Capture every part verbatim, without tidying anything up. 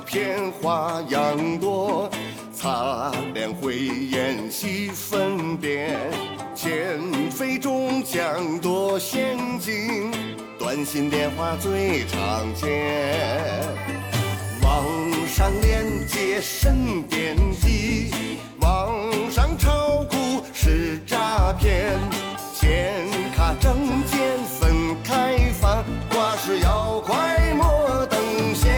片花样多，擦亮慧眼细分辨，钱费中将多陷阱，短信电话最常见。网上链接神点击，网上炒股是诈骗，钱卡证件分开放，挂失要快莫等闲，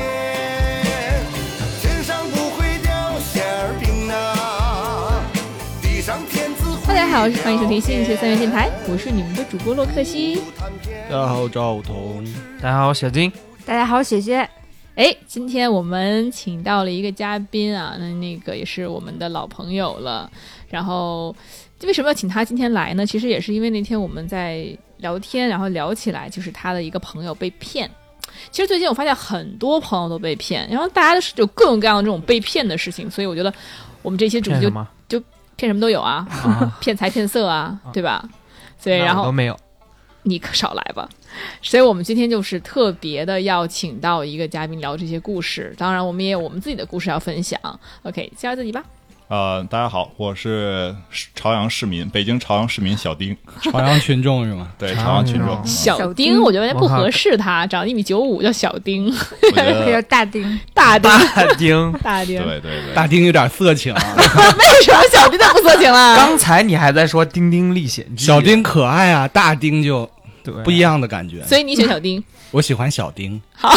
天上不会掉馅儿饼啊，地上天字大家好，欢迎收听新一期三元电台，我是你们的主播洛克西。 大家好，赵彤。 大家好，小金。 大家好，雪雪。 哎，今天我们请到了一个嘉宾啊，那那个也是我们的老朋友了。然后为什么要请他今天来呢？其实也是因为那天我们在聊天，然后聊起来就是他的一个朋友被骗。其实最近我发现很多朋友都被骗，然后大家有各种各样的这种被骗的事情，所以我觉得我们这些主题就就骗什么都有啊，啊骗财骗色啊，啊对吧？所以然后都没有。 你可少来吧。所以我们今天就是特别的要请到一个嘉宾聊这些故事，当然我们也有我们自己的故事要分享。 OK， 介绍自己吧。 呃，大家好，我是朝阳市民，北京朝阳市民小丁。 朝阳群众是吗？ 对，朝阳群众。 小丁我觉得不合适，他长得一米九五叫小丁， 可以叫大丁。 大丁大丁大丁对对对， 大丁有点色情啊。 为什么小丁就不色情了？ 刚才你还在说丁丁历险记， 小丁可爱啊，大丁就不一样的感觉。 所以你选小丁？ 我喜欢小丁。 好。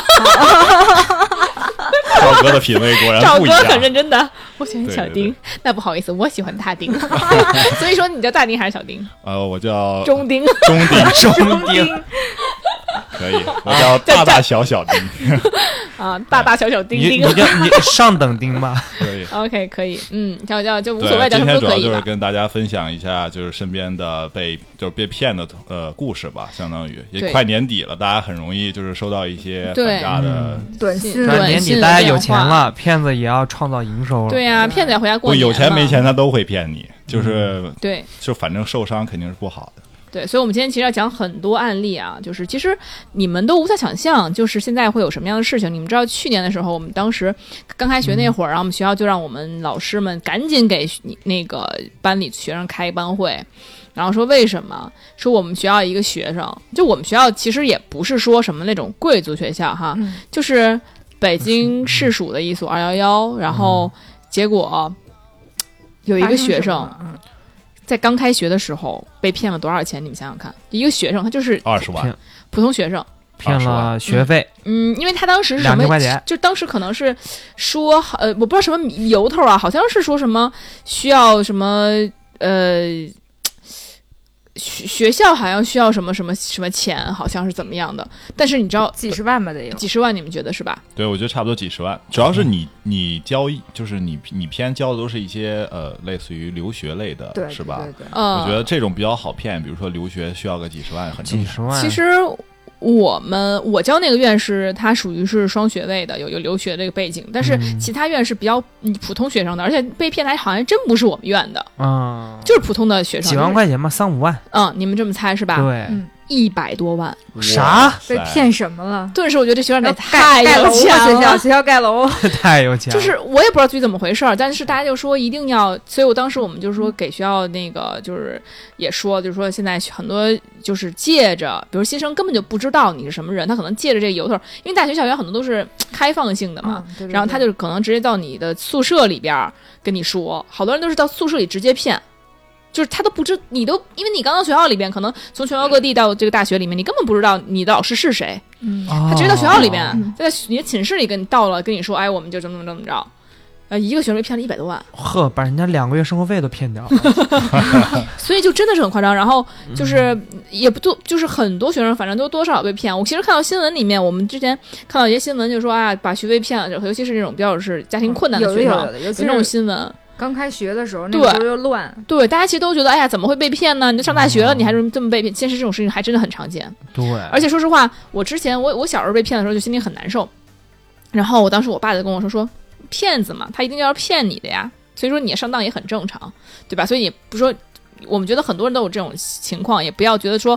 赵哥的品味果然不一样。 赵哥很认真的，我喜欢小丁。对对对，那不好意思，我喜欢大丁。所以说你叫大丁还是小丁？ 呃，我叫中丁。 中丁， 中丁。 可以，我叫大大小小丁。 啊，大大小小丁丁。 你你叫你上等丁吧？ 可以。 OK， 可以，嗯，叫叫就无所谓，叫什么都可以。 今天主要就是跟大家分享一下，就是身边的被就是被骗的呃故事吧，相当于也快年底了，大家很容易就是收到一些反诈的短信。 年底大家有钱了，骗子也要创造营收了。 对呀、啊，骗子也回家过年。 有钱没钱他都会骗你，就是、嗯、 对， 就反正受伤肯定是不好的。 对，所以我们今天其实要讲很多案例啊，就是其实你们都无法想象，就是现在会有什么样的事情。你们知道去年的时候，我们当时刚开学那会儿，然后我们学校就让我们老师们赶紧给那个班里学生开班会，然后说为什么？说我们学校一个学生，就我们学校其实也不是说什么那种贵族学校哈，嗯、就是北京市属的一所二一一，然后结果有一个学生。在刚开学的时候被骗了多少钱？你们想想看，一个学生他就是二十万， 普通学生骗了学费。 嗯，因为他当时是什么？ 两千块钱， 就当时可能是说，呃，我不知道什么由头啊，好像是说什么需要什么呃。学学校好像需要什么什么什么钱，好像是怎么样的？但是你知道几十万吧得有， 几十万，你们觉得是吧？ 对，我觉得差不多几十万。主要是你你交易，就是你你偏交的都是一些呃类似于留学类的， 对是吧？ 对对对， 嗯， 我觉得这种比较好骗，比如说留学需要个几十万，很正常。 几十万， 其实。我们我教那个院是它属于是双学位的，有有留学这个背景，但是其他院是比较普通学生的，而且被骗还好像真不是我们院的啊、嗯， 就是普通的学生， 几万块钱吧，三五万。 嗯，你们这么猜是吧？ 对， 嗯， 一百多万。 啥？ 被骗什么了？ 顿时我觉得这学校得太有钱了， 学校学校盖楼太有钱了。 就是我也不知道具体怎么回事，但是大家就说一定要，所以我当时我们就说给学校那个就是也说，就是说现在很多就是借着，比如新生根本就不知道你是什么人，他可能借着这个由头，因为大学校园很多都是开放性的嘛， 嗯、对对对， 然后他就可能直接到你的宿舍里边跟你说，好多人都是到宿舍里直接骗。就是他都不知，你都因为你刚到学校里边，可能从全国各地到这个大学里面，你根本不知道你的老师是谁。 嗯， 他直接到学校里边，哦、在你的寝室里跟你到了，跟你说，哎，我们就这么这么着，呃，一个学生被骗了一百多万， 呵，把人家两个月生活费都骗掉了。 所以就真的是很夸张。然后就是也不多，就是很多学生反正都多少被骗。我其实看到新闻里面，我们之前看到一些新闻，就说啊，把学费骗了，尤其是这种比较是家庭困难的学生， 有的有的，尤其是那种新闻。 刚开学的时候，那个时候又乱， 对，大家其实都觉得，哎呀，怎么会被骗呢？你都上大学了，你还是这么被骗？其实这种事情还真的很常见。 对， 而且说实话，我之前我我小时候被骗的时候，就心里很难受。然后我当时我爸就跟我说说，骗子嘛，他一定要骗你的呀，所以说你上当也很正常，对吧？所以也不说，我们觉得很多人都有这种情况，也不要觉得说。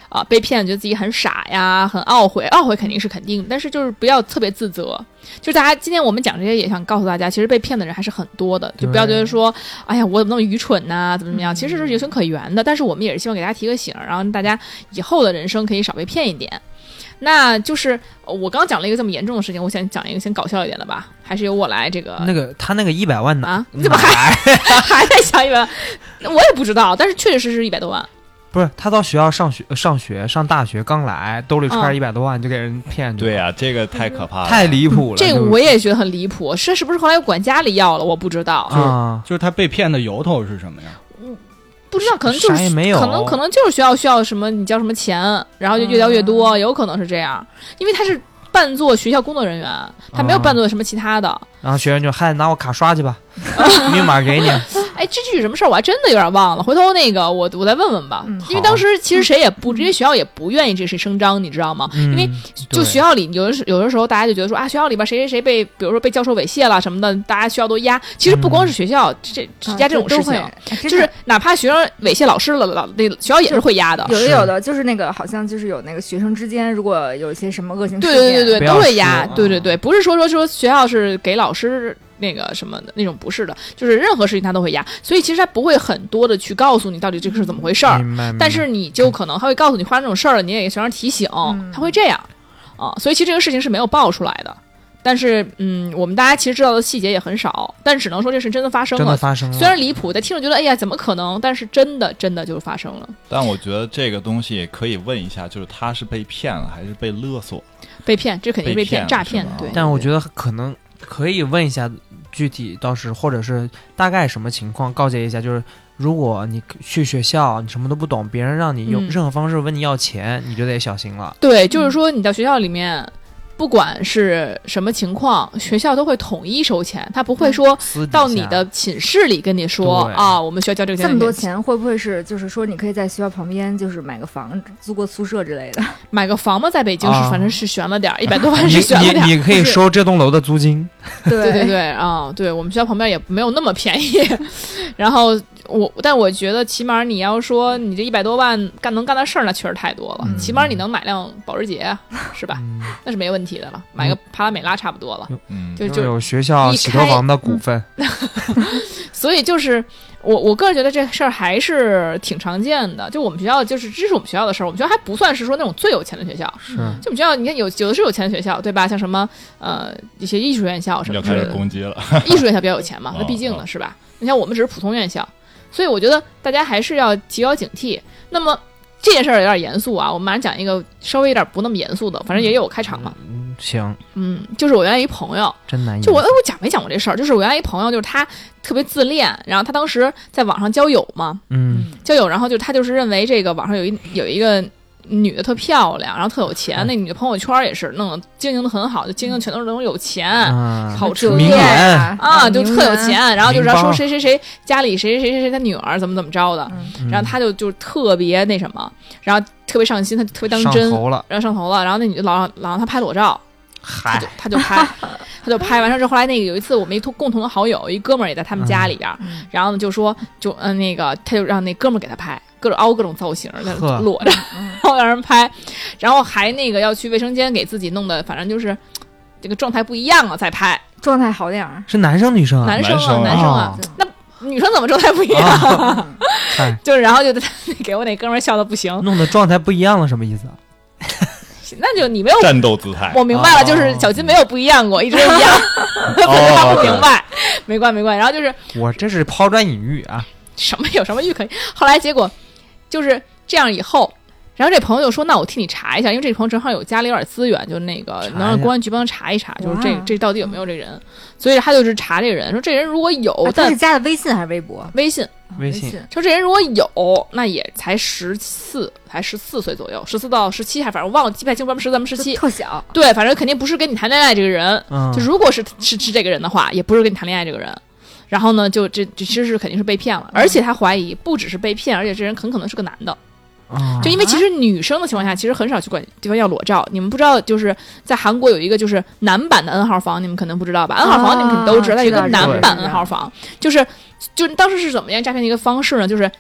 啊、呃、被骗觉得自己很傻呀，很懊悔，懊悔肯定是肯定，但是就是不要特别自责。就是大家今天我们讲这些也想告诉大家，其实被骗的人还是很多的，就不要觉得说哎呀我怎么那么愚蠢呐、啊、怎么怎么样，其实是有情可原的，但是我们也是希望给大家提个醒，然后大家以后的人生可以少被骗一点。那就是我刚讲了一个这么严重的事情，我想讲一个先搞笑一点的吧，还是由我来这个。 那个他那个一百万呢？ 啊，你怎么还还在想一百万？我也不知道，但是确确实实一百多万。 不是他到学校上学上学上大学刚来，兜里揣一百多万就给人骗去、 嗯。对呀、啊，这个太可怕了， 太离谱了。 这个我也觉得很离谱，是是不是后来又管家里要了？我不知道。 就是、嗯、就是他被骗的由头是什么呀？ 不知道，可能就是啥也没有， 可能可能就是学校需要什么，你交什么钱，然后就越交越多，嗯、有可能是这样，因为他是扮作学校工作人员，他没有扮作什么其他的。嗯、 然后学生就嗨，拿我卡刷去吧，密码给你。 哎，这具体什么事儿我还真的有点忘了，回头那个我我再问问吧、嗯，因为当时其实谁也不，因为学校也不愿意这事声张，你知道吗？ 嗯、 因为就学校里有的有的时候大家就觉得说啊，学校里边谁谁谁被，比如说被教授猥亵了什么的，大家学校都压。其实不光是学校、嗯、这压这种事情、啊，就是哪怕学生猥亵老师了，老那学校也是会压的。 有的有的就是那个好像就是有那个学生之间如果有一些什么恶性事件， 对对对对，都会压。对对对，不是说说说学校是给老师。那个什么的那种不是的，就是任何事情他都会压，所以其实他不会很多的去告诉你到底这个是怎么回事儿，但是你就可能他会告诉你发生这种事儿了，你也给学生提醒， 嗯、 他会这样啊，所以其实这个事情是没有爆出来的，但是嗯，我们大家其实知道的细节也很少，但只能说这事真的发生了， 真的发生了， 虽然离谱，但听着觉得哎呀怎么可能，但是真的真的就发生了。 但我觉得这个东西可以问一下，就是他是被骗了还是被勒索？ 被骗，这肯定被骗，诈骗，对。 但我觉得可能可以问一下。具体倒是或者是大概什么情况告诫一下，就是如果你去学校你什么都不懂，别人让你用任何方式问你要钱、嗯、你就得小心了。 对，就是说你到学校里面不管是什么情况，学校都会统一收钱，他不会说到你的寝室里跟你说啊，我们需要交这个钱。 这么多钱会不会是就是说你可以在学校旁边就是买个房租个宿舍之类的？ 买个房嘛，在北京是、啊、反正是悬了点，一百多万是悬了点。 你, 你, 你可以收这栋楼的租金。 对对对啊，对我们学校旁边也没有那么便宜。然后我但我觉得起码你要说你这一百多万干能干的事儿，那确实太多了、嗯。起码你能买辆保时捷是吧、嗯？那是没问题的了，买个帕拉梅拉差不多了。 嗯，就就有学校洗头房的股份。 所以就是我我个人觉得这事儿还是挺常见的。就我们学校就是这是我们学校的事儿，我们学校还不算是说那种最有钱的学校。 是， 就我们学校你看有有的是有钱的学校，对吧？像什么呃一些艺术院校什么之类的。 要开始攻击了。 艺术院校比较有钱嘛，那毕竟呢、哦、是吧？你像我们只是普通院校。所以我觉得大家还是要提高警惕。那么这件事儿有点严肃啊，我们马上讲一个稍微有点不那么严肃的，反正也有开场嘛。 嗯，行。 嗯，就是我原来一朋友， 真难。 就我我讲没讲过这事儿？就是我原来一朋友，就是他特别自恋，然后他当时在网上交友嘛， 嗯， 交友，然后就他就是认为这个网上有一有一个女的特漂亮，然后特有钱，嗯、那女的朋友圈也是弄得经营的很好，就经营全都是那种有钱， 嗯、 跑车名人啊，就特有钱，然后就说谁谁谁家里谁谁谁谁他女儿怎么怎么着的， 嗯、 然后他就就特别那什么，然后特别上心，他特别当真， 上头了， 然后上头了，然后那女的老让老让他拍裸照， 嗨， 他就拍，他就拍完之后，后来那个有一次我们一共同的好友，一哥们儿也在他们家里边， 嗯、 然后呢就说就嗯、呃、那个他就让那哥们儿给他拍。各种凹各种造型，在裸着，然后让人拍，然后还那个要去卫生间给自己弄的，反正就是这个状态不一样了再拍， 状态好点儿。 是男生女生啊？ 男生啊，男生啊， 哦、 那女生怎么状态不一样？ 哦、 就是然后就给我那哥们儿笑的不行， 弄的状态不一样了，什么意思啊？ 那就你没有战斗姿态， 我明白了，就是小金没有不一样过，一直都一样，他不明白，没关没关。然后就是我这是抛砖引玉啊。 什么有什么玉可以？后来结果就是这样以后，然后这朋友就说：“那我替你查一下，因为这朋友正好有家里有点资源，就那个能让公安局帮他查一查，就是这这到底有没有这人。”所以他就是查这个人，说这人如果有， 啊、他是加的微信还是微博？ 微信， 微信。 说这人如果有，那也才十四，才十四岁左右，十四到十七，还反正我忘了记不太清，咱们十咱们十七， 特小。 对，反正肯定不是跟你谈恋爱这个人。 嗯、 就如果是是是这个人的话，也不是跟你谈恋爱这个人。然后呢，就这这其实是肯定是被骗了，而且他怀疑不只是被骗，而且这人很可能是个男的。 啊、 就因为其实女生的情况下，其实很少去管对方要裸照。你们不知道，就是在韩国有一个就是男版的 N 号房，你们可能不知道吧、啊、？N 号房你们肯定都知道，有一个男版 N 号房，就是就是当时是怎么样诈骗的一个方式呢？就是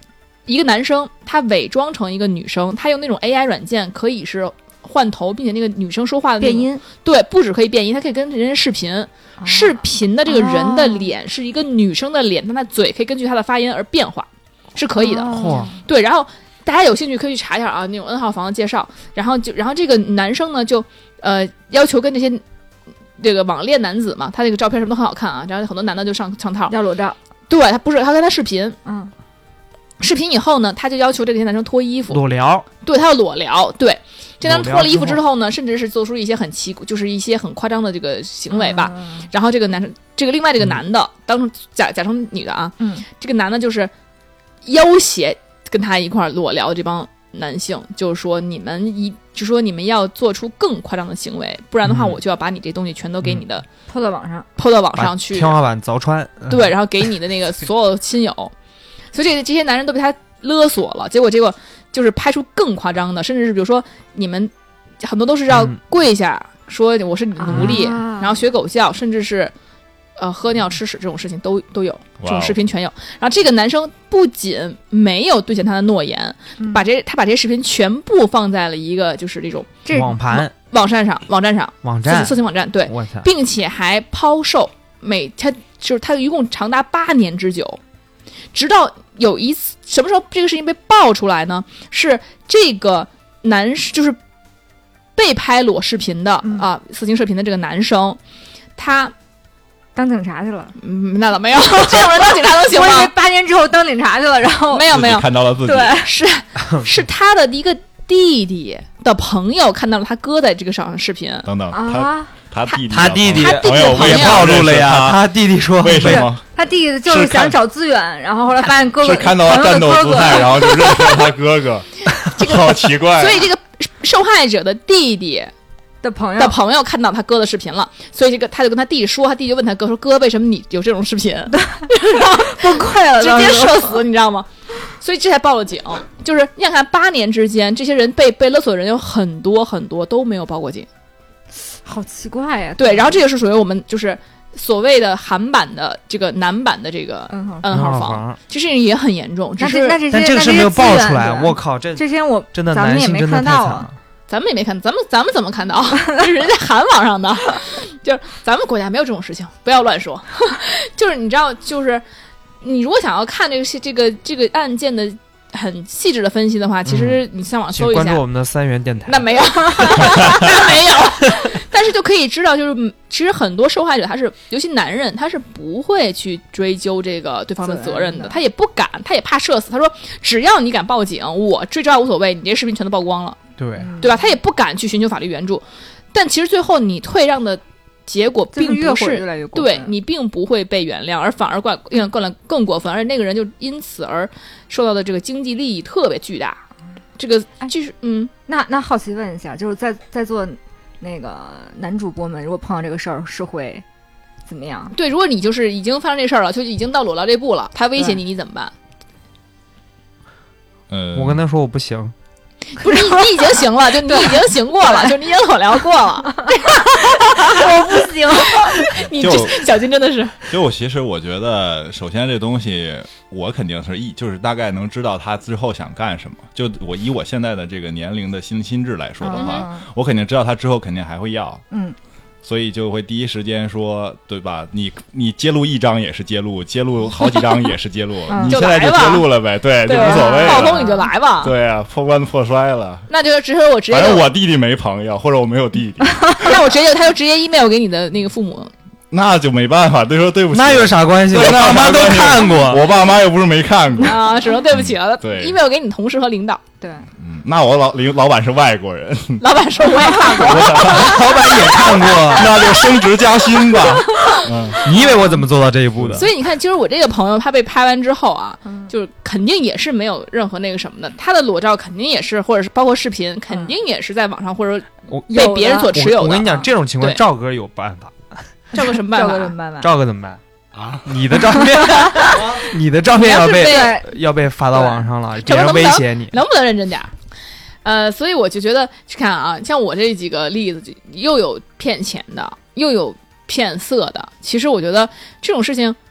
一个男生他伪装成一个女生，他用那种 A I 软件可以是换头，并且那个女生说话的变音， 对，不止可以变音，他可以跟人家视频、哦、视频的这个人的脸是一个女生的脸，但他嘴可以根据他的发音而变化，是可以的、 哦、 对，然后大家有兴趣可以去查一下啊，那种 N 号房的介绍。然后就，然后这个男生呢，就呃要求跟这些这个网恋男子嘛，他这个照片什么都很好看啊，然后很多男的就上上套， 要裸照。 对，他不是，他跟他视频， 嗯， 视频以后呢，他就要求这个男生脱衣服， 裸聊。 对，他要裸聊。对，这男生脱了衣服之后呢，甚至是做出一些很奇，就是一些很夸张的这个行为吧。嗯、然后这个男生，这个另外这个男的，嗯、当成假假成女的啊，嗯，这个男的就是要挟跟他一块裸聊的这帮男性，就是说你们一就说你们要做出更夸张的行为，不然的话我就要把你这东西全都给你的抛、嗯、到网上， 抛到网上去， 天花板凿穿。 对，然后给你的那个所有亲友，所以这这些男人都被他勒索了。结果结果就是拍出更夸张的，甚至是比如说你们很多都是要跪下、嗯、说我是你的奴隶、啊，然后学狗叫，甚至是。呃，喝尿吃屎这种事情都都有，这种视频全有。然后这个男生不仅没有兑现他的诺言，嗯、把这他把这些视频全部放在了一个就是这种网盘网站上，网站上网站色情网站，对，并且还抛售，每他就是他一共长达八年之久，直到有一次什么时候这个事情被爆出来呢？是这个男就是被拍裸视频的、嗯、啊色情视频的这个男生，他。 当警察去了， 嗯，那倒没有，这种人当警察都行吗？ 我以为八年之后当警察去了，然后没有没有看到了自己， 对，是是他的一个弟弟的朋友看到了他哥在这个上视频， 等等啊， 他弟弟他弟弟朋友也暴露了呀，他弟弟说为什么？ 他弟弟就是想找资源，然后后来发现哥哥是看到了战斗姿态，然后就认出了他哥哥， 这个好奇怪。 所以这个受害者的弟弟。 的朋友的朋友看到他哥的视频了，所以这个他就跟他弟说，他弟就问他哥说：“哥，为什么你有这种视频？” 崩溃了， 直接社死，你知道吗？所以这才报了警。就是你想看，八年之间，这些人被被勒索的人有很多很多都没有报过警， 好奇怪呀。 对，然后这个是属于我们就是所谓的韩版的这个男版的这个 N 号 N 号房，这事情也很严重。只是那这但这个是没有爆出来，我靠，这这些我真的咱们也没看到啊。 咱们也没看，咱们咱们怎么看到？这是人家韩网上的，就是咱们国家没有这种事情，不要乱说。就是你知道，就是你如果想要看这个这个这个案件的很细致的分析的话，其实你上网搜一下， 嗯、关注我们的三元电台。 那没有，那没有，但是就可以知道，就是其实很多受害者他是，尤其男人，他是不会去追究这个对方的责任的，他也不敢，他也怕社死。他说，只要你敢报警，我追查无所谓，你这些视频全都曝光了。 对对吧？他也不敢去寻求法律援助，但其实最后你退让的结果并不是， 越来越对你并不会被原谅，而反而怪更更更过分，而且那个人就因此而受到的这个经济利益特别巨大。这个就是嗯， 那那好奇问一下，就是在在座那个男主播们，如果碰到这个事儿，是会怎么样？ 对，如果你就是已经发生这事儿了，就已经到裸聊这步了，他威胁你，你怎么办？ 呃， 我跟他说我不行。 不是你，你已经行了，就你已经行过了，就你已经裸聊过了。 我不行， 你这小金真的是。 就其实我觉得，首先这东西我肯定是一，就是大概能知道他之后想干什么。就我以我现在的这个年龄的心心智来说的话，嗯、我肯定知道他之后肯定还会要。嗯。所以就会第一时间说，对吧？你你揭露一张也是揭露，揭露好几张也是揭露， 嗯、 你现在就揭露了呗，对， 对就无所谓了。 炮轰你就来吧。 对啊，破罐子破摔了。 那就只是我直接， 反正我弟弟没朋友，或者我没有弟弟。 那我直接他就直接 email 给你的那个父母。 那就没办法，对说对不起。 那有啥关系？我爸妈都看过， 我爸妈又不是没看过啊，只能对不起了。 对 ，email 给你同事和领导。 对， 嗯，那我老领老板是外国人， 老板说我也看过， 老板也看过， 那就升职加薪吧。 嗯，你以为我怎么做到这一步的？ 所以你看，就是我这个朋友，他被拍完之后啊，嗯、就是肯定也是没有任何那个什么的，他的裸照肯定也是，或者是包括视频，肯定也是在网上或者被别人所持有的。 我, 我跟你讲，这种情况赵哥有办法。 赵哥什么办法？ 赵哥怎么办？ 赵哥怎么办啊？你的照片，你的照片要被要被发到网上了，别人威胁你， 能不能认真点？呃，所以我就觉得，看啊，像我这几个例子，又有骗钱的，又有骗色的。其实我觉得这种事情，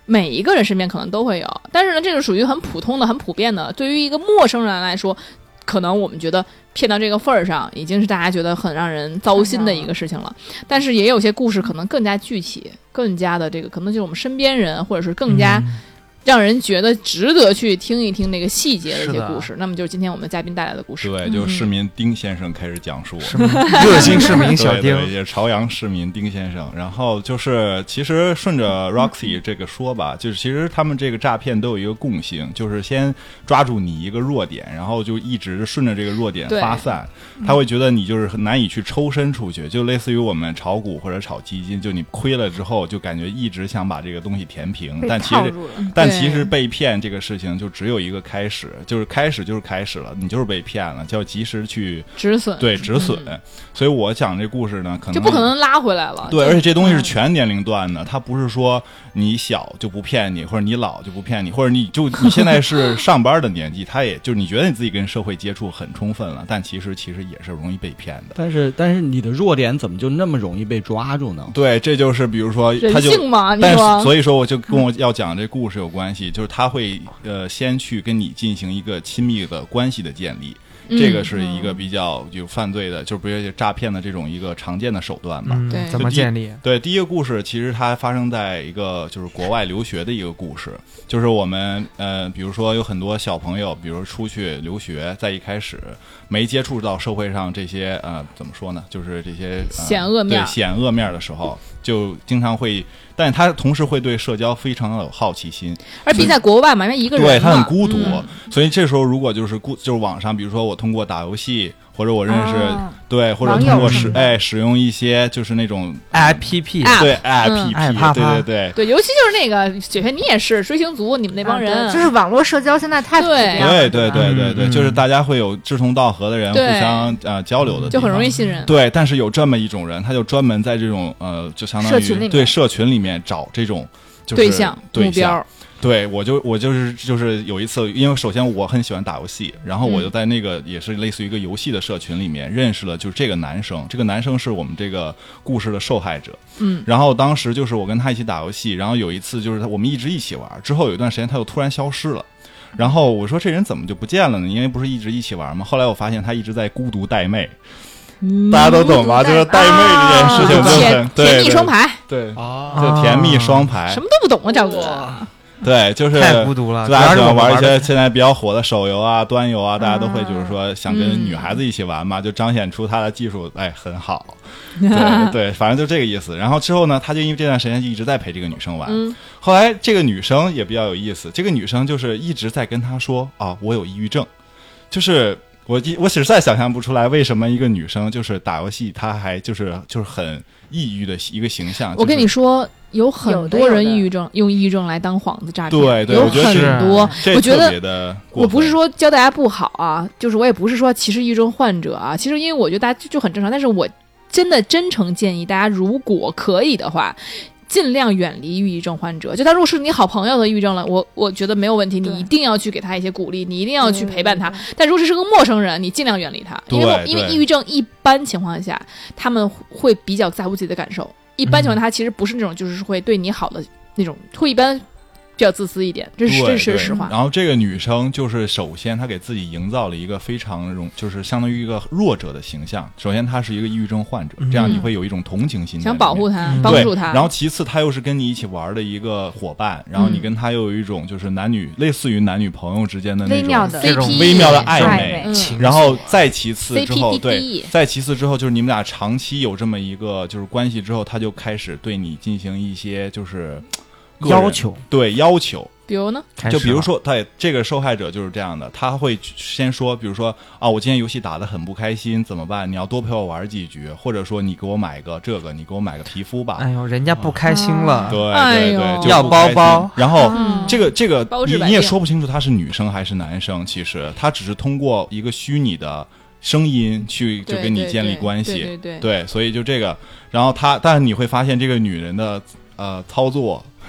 每一个人身边可能都会有，但是呢，这个属于很普通的、很普遍的。对于一个陌生人来说，可能我们觉得骗到这个份儿上，已经是大家觉得很让人糟心的一个事情了。但是也有些故事可能更加具体，更加的这个，可能就是我们身边人，或者是更加、嗯。让人觉得值得去听一听那个细节的一些故事，那么就是今天我们的嘉宾带来的故事。 对，就市民丁先生开始讲述， 热心市民小丁， 也朝阳市民丁先生。然后就是，其实顺着 Roxy 这个说吧，就是其实他们这个诈骗都有一个共性，就是先抓住你一个弱点，然后就一直顺着这个弱点发散。他会觉得你就是很难以去抽身出去，就类似于我们炒股或者炒基金，就你亏了之后，就感觉一直想把这个东西填平，但其实但其实被骗这个事情就只有一个开始，就是开始就是开始了，你就是被骗了，就要及时去止损， 对，止损、嗯。所以我讲这故事呢，可能就不可能拉回来了。 对，而且这东西是全年龄段的，它不是说你小就不骗你，或者你老就不骗你，或者你就你现在是上班的年纪，他也就是你觉得你自己跟社会接触很充分了，但其实其实也是容易被骗的。 但是但是你的弱点怎么就那么容易被抓住呢？ 对，这就是比如说他就人性嘛， 但是所以说我就跟我要讲这故事有关系，就是他会呃先去跟你进行一个亲密的关系的建立。这个是一个比较有犯罪的，就是比如诈骗的这种一个常见的手段吧。 嗯、 对， 怎么建立？ 对，第一个故事其实它发生在一个就是国外留学的一个故事，就是我们呃，比如说有很多小朋友，比如出去留学，在一开始没接触到社会上这些呃怎么说呢，就是这些、呃、 险恶面， 对险恶面的时候，就经常会。但他同时会对社交非常有好奇心， 而比在国外嘛，因为一个人嘛， 对他很孤独、 嗯， 所以这时候如果就是孤就是网上，比如说我通过打游戏，或者我认识、 哦、 对，或者通过使哎使用一些就是那种 A P P， 对 A P P，、嗯、对对对对，尤其就是那个雪雪，你也是追星族，你们那帮人、 啊、就是网络社交现在太普遍了， 对对对对对、嗯，就是大家会有志同道合的人互相呃交流的地方， 就很容易信任。 对，但是有这么一种人，他就专门在这种呃就相当于社群里面对社群里面找这种。就是对象目标， 对我就我就是就是有一次，因为首先我很喜欢打游戏，然后我就在那个也是类似于一个游戏的社群里面认识了就是这个男生，这个男生是我们这个故事的受害者， 嗯， 然后当时就是我跟他一起打游戏，然后有一次就是我们一直一起玩，之后有一段时间他又突然消失了。然后我说这人怎么就不见了呢？因为不是一直一起玩吗？后来我发现他一直在孤独带妹。 嗯、 大家都懂吧？就是带妹这件事情就很、 啊、甜蜜双排， 对，啊，就甜蜜双排， 什么都不懂啊，赵哥。 对，就是太孤独了。 大家喜欢玩一些现在比较火的手游啊、端游啊，大家都会就是说想跟女孩子一起玩嘛，嗯、就彰显出他的技术哎很好。对对，反正就这个意思。然后之后呢，他就因为这段时间就一直在陪这个女生玩。 嗯、 后来这个女生也比较有意思，这个女生就是一直在跟他说啊，我有抑郁症，就是。我我实在想象不出来，为什么一个女生就是打游戏，她还就是就是很抑郁的一个形象。 我跟你说，有很多人抑郁症用抑郁症来当幌子诈骗， 对对， 有很多。我觉得我不是说教大家不好啊，就是我也不是说歧视抑郁症患者啊。其实因为我觉得大家就就很正常，但是我真的真诚建议大家，如果可以的话。尽量远离抑郁症患者，就他如果是你好朋友的抑郁症了，我我觉得没有问题，你一定要去给他一些鼓励，你一定要去陪伴他。但如果是个陌生人，你尽量远离他，因为因为抑郁症一般情况下他们会比较在乎自己的感受，一般情况下他其实不是那种就是会对你好的那种，会一般。比较自私一点，这是这是实话。 然后这个女生就是首先她给自己营造了一个非常容，就是相当于一个弱者的形象。首先她是一个抑郁症患者，嗯、这样你会有一种同情心， 想保护她、 嗯、 帮助她。 然后其次她又是跟你一起玩的一个伙伴，然后你跟她又有一种就是男女、嗯、类似于男女朋友之间的那种微妙的这种 C P 微妙的暧昧。 嗯、 然后再其次之后， C P D D 对，再其次之后就是你们俩长期有这么一个就是关系之后，她就开始对你进行一些就是要求， 对要求。 比如呢？ 就比如说，对这个受害者就是这样的，他会先说，比如说啊，我今天游戏打得很不开心，怎么办？你要多陪我玩几局，或者说你给我买个这个，你给我买个皮肤吧。 哎呦，人家不开心了， 对对对， 哎、 要包包。 然后、 嗯、 这个这个你你也说不清楚他是女生还是男生，其实他只是通过一个虚拟的声音去就跟你建立关系， 对对 对, 对, 对, 对，所以就这个，然后他，但是你会发现这个女人的呃操作。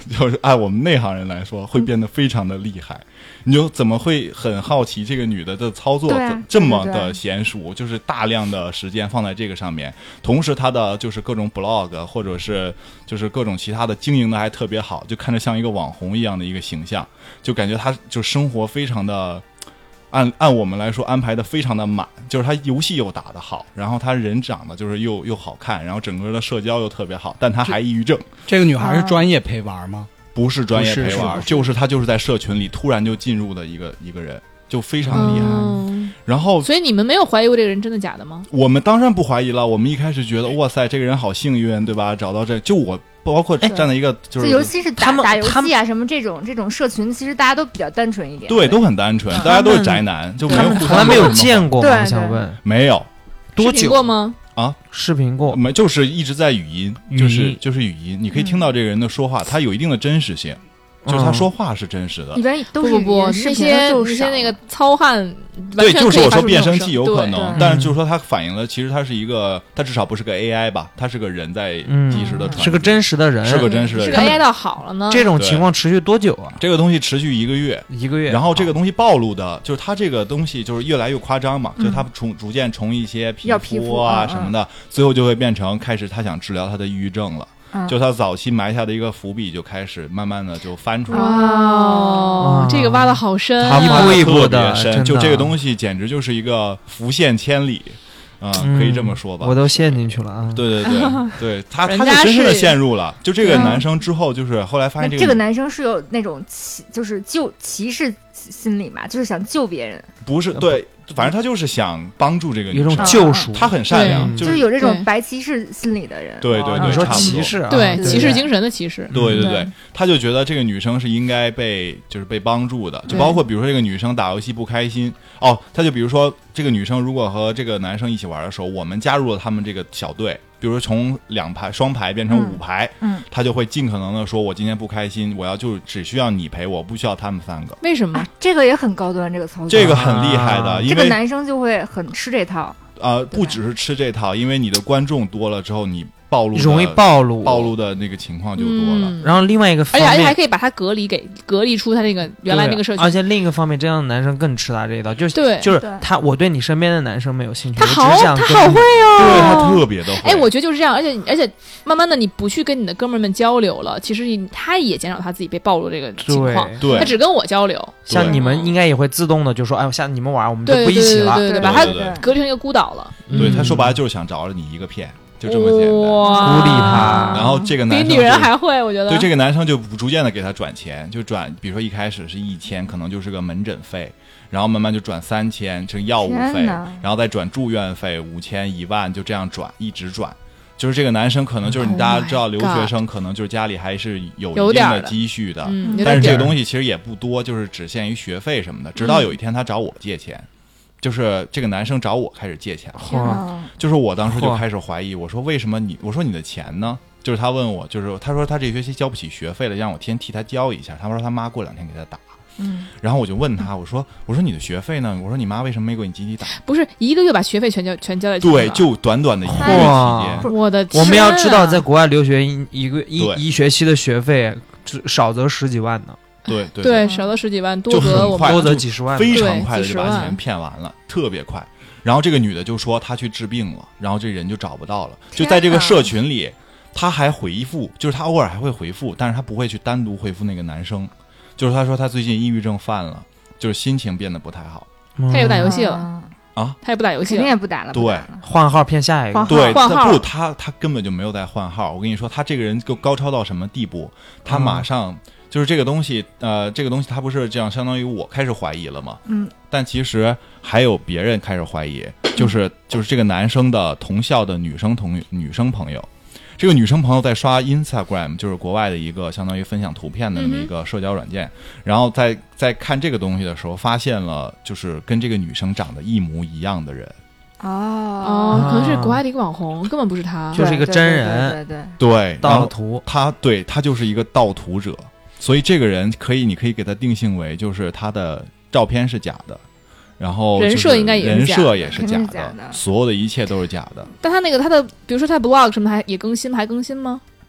就是按我们内行人来说，会变得非常的厉害。你就怎么会很好奇这个女的的操作这么的娴熟，就是大量的时间放在这个上面，同时她的就是各种 blog 或者是就是各种其他的经营的还特别好，就看着像一个网红一样的一个形象，就感觉她就生活非常的按按我们来说安排的非常的满，就是她游戏又打得好，然后她人长得就是又又好看，然后整个的社交又特别好，但她还抑郁症。 这个女孩是专业陪玩吗？ 不是专业陪玩， 是是就是他就是在社群里突然就进入的一个一个人，就非常厉害。嗯、然后， 所以你们没有怀疑过这个人真的假的吗？ 我们当然不怀疑了。我们一开始觉得，哇塞，这个人好幸运，对吧？找到这，就我包括站在一个就是， 尤其是打打游戏啊什么这种这种社群，其实大家都比较单纯一点， 对，都很单纯，大家都是宅男，就没有从来没有见过。我想问， 没有多久过吗？ 啊， 视频过没？就是一直在语音，就是就是语音，你可以听到这个人的说话，他有一定的真实性。就是他说话是真实的， 一般都是不不那些那些那个糙汉， 对，就是我说变声器有可能，但是就是说它反映了，其实它是一个，它至少不是个 A I 吧，它是个人在及时的传、 嗯，是个真实的人， 是个真实的人。 是个 A I 倒好了呢。 这种情况持续多久啊？ 这个东西持续一个月， 一个月。 然后这个东西暴露的，就是它这个东西就是越来越夸张嘛，嗯、就是它从逐渐从一些皮肤啊什么的，嗯、最后就会变成开始他想治疗他的抑郁症了。就他早期埋下的一个伏笔，就开始慢慢的就翻出来。 哦，这个挖的好深， 一步一步的深，就这个东西简直就是一个浮现千里。啊、嗯，可以这么说吧， 我都陷进去了啊！ 对对对，对他他就真正的陷入了。就这个男生之后，就是后来发现这个、 这个男生是有那种歧，就是救歧视心理嘛，就是想救别人。 不是，对，反正他就是想帮助这个女生， 有种救赎。 他很善良， 就是有这种白歧视心理的人。 对对对， 你说歧视， 对歧视精神的歧视。 对对对，他就觉得这个女生是应该被就是被帮助的，就包括比如说这个女生打游戏不开心哦，他就比如说这个女生如果和这个男生一起玩的时候，我们加入了他们这个小队。比如说从两排双排变成五排， 嗯，嗯他就会尽可能的说，我今天不开心，我要就只需要你陪我，不需要他们三个。 为什么？ 啊、这个也很高端，这个操作， 这个很厉害的，啊、因为这个男生就会很吃这套。 呃，不只是吃这套，因为你的观众多了之后，你暴露容易暴露暴露的那个情况就多了。 嗯、 然后另外一个方面， 而且还可以把他隔离给隔离出他那个原来那个社群。 而且另一个方面，这样的男生更吃他这一套，就是对， 就是他，我对你身边的男生没有兴趣， 他好， 他好会哦， 对他特别的会。 哎，我觉得就是这样，而且而且慢慢的你不去跟你的哥们们交流了，其实他也减少他自己被暴露这个情况， 对， 他只跟我交流。 像你们应该也会自动的就说，哎，像你们玩，我们就不一起了， 对对对，把他隔离成一个孤岛了。 对，他说白了就是想找着你一个骗。就这么简单， 孤立他。 然后这个男生比女人还会，我觉得。 对，这个男生就逐渐的给他转钱，就转，比如说一开始是一千，可能就是个门诊费，然后慢慢就转三千，这个药物费，然后再转住院费五千、一万，就这样转，一直转。就是这个男生可能就是你大家知道，留学生可能就是家里还是有一定的积蓄的， 嗯、 但是这个东西其实也不多，就是只限于学费什么的。直到有一天他找我借钱。就是这个男生找我开始借钱了，就是我当时就开始怀疑，我说为什么你，我说你的钱呢？就是他问我，就是他说他这学期交不起学费了，让我天替他交一下。他说他妈过两天给他打， 嗯， 然后我就问他，我说我说你的学费呢？我说你妈为什么没给你集体打？ 不是一个月把学费全交全交在对，就短短的一个月期间， 我的我们要知道，在国外留学一一个一一学期的学费少则十几万呢。 对对对，少了十几万，多则我们多则几十万， 非常快的就把钱骗完了，特别快。然后这个女的就说她去治病了，然后这人就找不到了。就在这个社群里，她还回复，就是她偶尔还会回复，但是她不会去单独回复那个男生。就是她说她最近抑郁症犯了，就是心情变得不太好。 她也不打游戏了啊？ 她也不打游戏了， 肯定也不打了。 对， 换号骗下一个。 对， 换号不，她她根本就没有在换号。我跟你说，她这个人就高超到什么地步？她马上。就是这个东西，呃，这个东西它不是这样，相当于我开始怀疑了吗？ 嗯。 但其实还有别人开始怀疑，就是就是这个男生的同校的女生同女生朋友，这个女生朋友在刷 Instagram， 就是国外的一个相当于分享图片的那么一个社交软件，嗯、然后在在看这个东西的时候，发现了就是跟这个女生长得一模一样的人。 哦哦，可能是国外的一个网红，根本不是他， 就是一个真人， 对对对对， 盗图， 他对他就是一个盗图者。所以这个人可以，你可以给他定性为，就是他的照片是假的，然后人设应该也是假的，人设也是假的， 假的所有的一切都是假的。 但他那个他的，比如说他 blog 什么还也更新，还更新吗？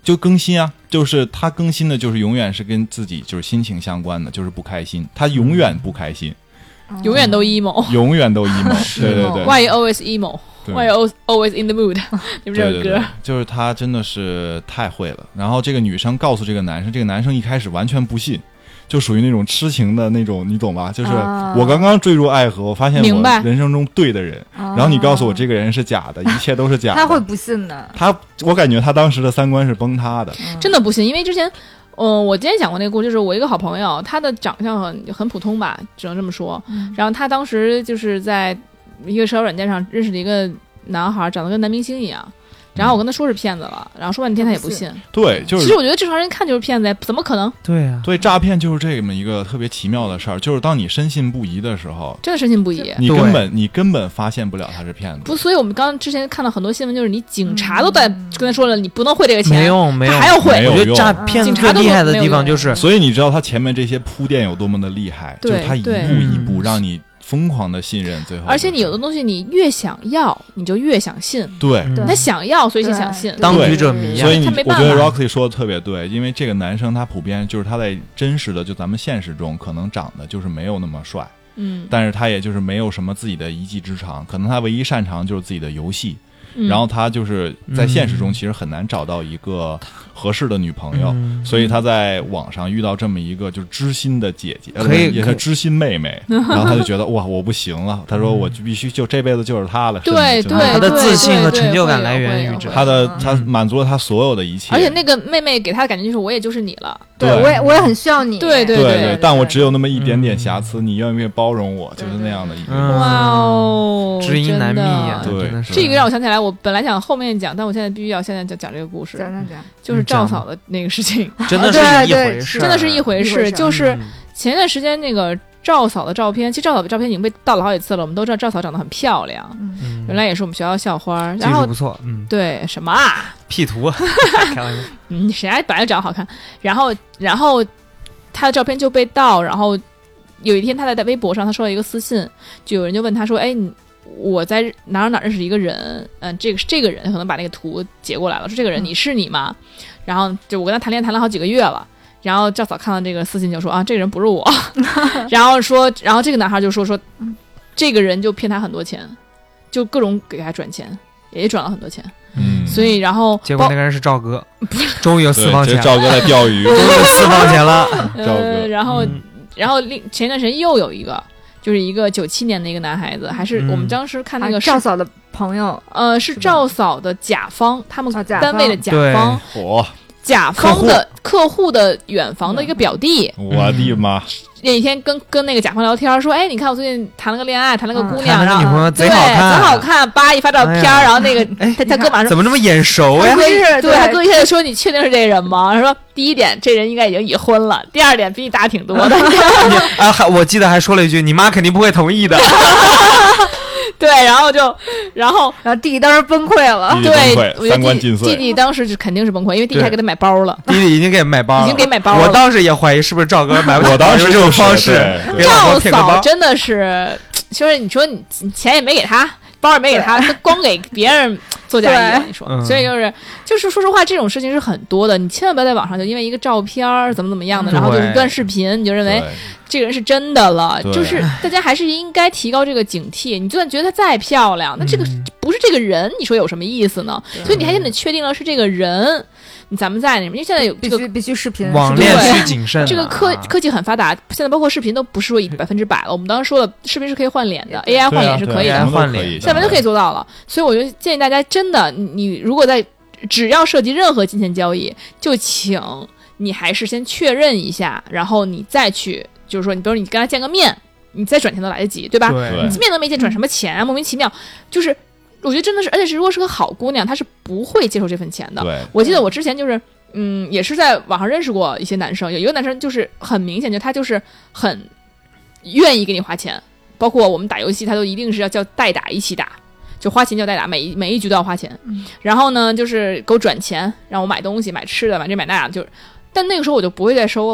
就更新啊，就是他更新的就是永远是跟自己就是心情相关的，就是不开心，他永远不开心， 永远都 emo， 永远都 emo， 对对对 ，Why you always emo？Why you always in the mood？ 你们这首歌， 对对对，就是他真的是太会了。然后这个女生告诉这个男生，这个男生一开始完全不信，就属于那种痴情的那种，你懂吧？就是我刚刚坠入爱河，我发现我人生中对的人，然后你告诉我这个人是假的，一切都是假的， 他会不信的。 他，我感觉他当时的三观是崩塌的， 真的不信，因为之前。嗯，我之前讲过那个故事，就是我一个好朋友，他的长相很很普通吧，只能这么说。嗯、然后他当时就是在一个社交软件上认识了一个男孩，长得跟男明星一样。然后我跟他说是骗子了，然后说半天他也不信。 对，就是。 其实我觉得正常人看就是骗子，怎么可能？ 对啊， 对，诈骗就是这么一个特别奇妙的事儿，就是当你深信不疑的时候， 真的深信不疑， 你根本你根本发现不了他是骗子。 不，所以我们刚刚之前看到很多新闻，就是你警察都在跟他说了，你不能汇这个钱， 没用没用， 他还要汇。 我觉得诈骗最厉害的地方就是， 所以你知道他前面这些铺垫有多么的厉害，就是他一步一步让你。疯狂的信任，最后， 而且你有的东西你越想要，你就越想信。 对， 他想要，所以就想信。 当局者迷啊！ 所以你，我觉得 Roxy 说的特别对，因为这个男生他普遍就是他在真实的，就咱们现实中可能长得就是没有那么帅，嗯，但是他也就是没有什么自己的一技之长，可能他唯一擅长就是自己的游戏。 嗯、 然后他就是在现实中其实很难找到一个合适的女朋友， 嗯、 所以他在网上遇到这么一个就是知心的姐姐， 可以也是知心妹妹，然后他就觉得哇我不行了，他说我就必须就这辈子就是她了。 对对， 他的自信和成就感来源于这， 他的他满足了他所有的一切。 而且那个妹妹给他的感觉就是我也就是你了， 对我也我也很需要你， 对对对对，但我只有那么一点点瑕疵，你愿不愿意包容我？就是那样的一个。 哇哦， 知音难觅呀， 对， 这个让我想起来，我本来想后面讲，但我现在必须要现在讲讲这个故事， 讲讲讲， 就是赵嫂的那个事情， 真的是一回事， 真的是一回事。就是前段时间那个赵嫂的照片，其实赵嫂的照片已经被盗了好几次了。我们都知道赵嫂长得很漂亮，嗯、原来也是我们学校校花，然后不错，嗯， 对什么啊 ？P 图，开玩笑， 嗯，谁还本来就长得好看，然后然后她的照片就被盗，然后有一天她在微博上，她收到一个私信，就有人就问她说：“哎，你。”我在哪儿哪儿认识一个人，嗯、呃，这个这个人可能把那个图截过来了，说这个人你是你吗？嗯、然后就我跟他谈恋爱谈了好几个月了，然后赵嫂看到这个私信就说啊，这个人不是我，然后说，然后这个男孩就说说，这个人就骗他很多钱，就各种给他转钱，也转了很多钱，嗯，所以然后结果那个人是赵哥，终于有私房钱， 赵哥在钓鱼， 终于有私房钱了， 赵哥，呃、然后、嗯、然后另前段时间又有一个。就是一个九七年的一个男孩子，还是我们当时看那个、 嗯啊、赵嫂的朋友， 呃，是赵嫂的甲方，他们单位的甲方， 哦、 甲方的客户的远房的一个表弟。 我的妈！ 那一天跟跟那个甲方聊天，说：“哎，你看我最近谈了个恋爱，谈了个姑娘， 嗯、 然后女朋友贼好看， 贼好看，叭一发照片，哎、然后那个他他哥马上怎么那么眼熟呀？ 对，对他哥一下就说：你确定是这人吗？他说：第一点，这人应该已经已婚了；第二点，比你大挺多的。 啊，还我记得还说了一句：你妈肯定不会同意的。 对，然后就，然后， 然后弟弟当时崩溃了， 对， 三观尽碎。 弟弟当时就肯定是崩溃，因为弟弟还给他买包了。 弟弟已经给买包了， 已经给买包了。 我当时也怀疑是不是赵哥买， 我当时这种方式。 赵嫂真的是，就是你说你钱也没给他，包也没给他，他光给别人做嫁衣了，你说， 嗯、 所以就是就是说实话，这种事情是很多的，你千万不要在网上就因为一个照片怎么怎么样的，然后就一段视频，你就认为。这个人是真的了，就是大家还是应该提高这个警惕。你就算觉得她再漂亮，那这个不是这个人，你说有什么意思呢？所以你还得确定了是这个人，你咱们在那边，因为现在有这个必须必须视频， 网恋需谨慎、啊。 这个科科技很发达，现在包括视频都不是说百分之百了。我们当时说的视频是可以换脸的 ，A I 换脸是可以的， 换脸下面都可以做到了。所以我就建议大家，真的，你如果在只要涉及任何金钱交易，就请你还是先确认一下，然后你再去。就是说，你比如你跟他见个面，你再转钱都来得及，对吧？ 对你面都没见，转什么钱啊？莫名其妙。就是我觉得真的是，而且是如果是个好姑娘，她是不会接受这份钱的。 对， 我记得我之前就是，嗯，也是在网上认识过一些男生，有一个男生就是很明显，就他就是很愿意给你花钱，包括我们打游戏，他都一定是要叫代打一起打。就花钱叫代打，每一每一局都要花钱。嗯、然后呢，就是给我转钱，让我买东西、买吃的、买这买那，就是，但那个时候我就不会再收了。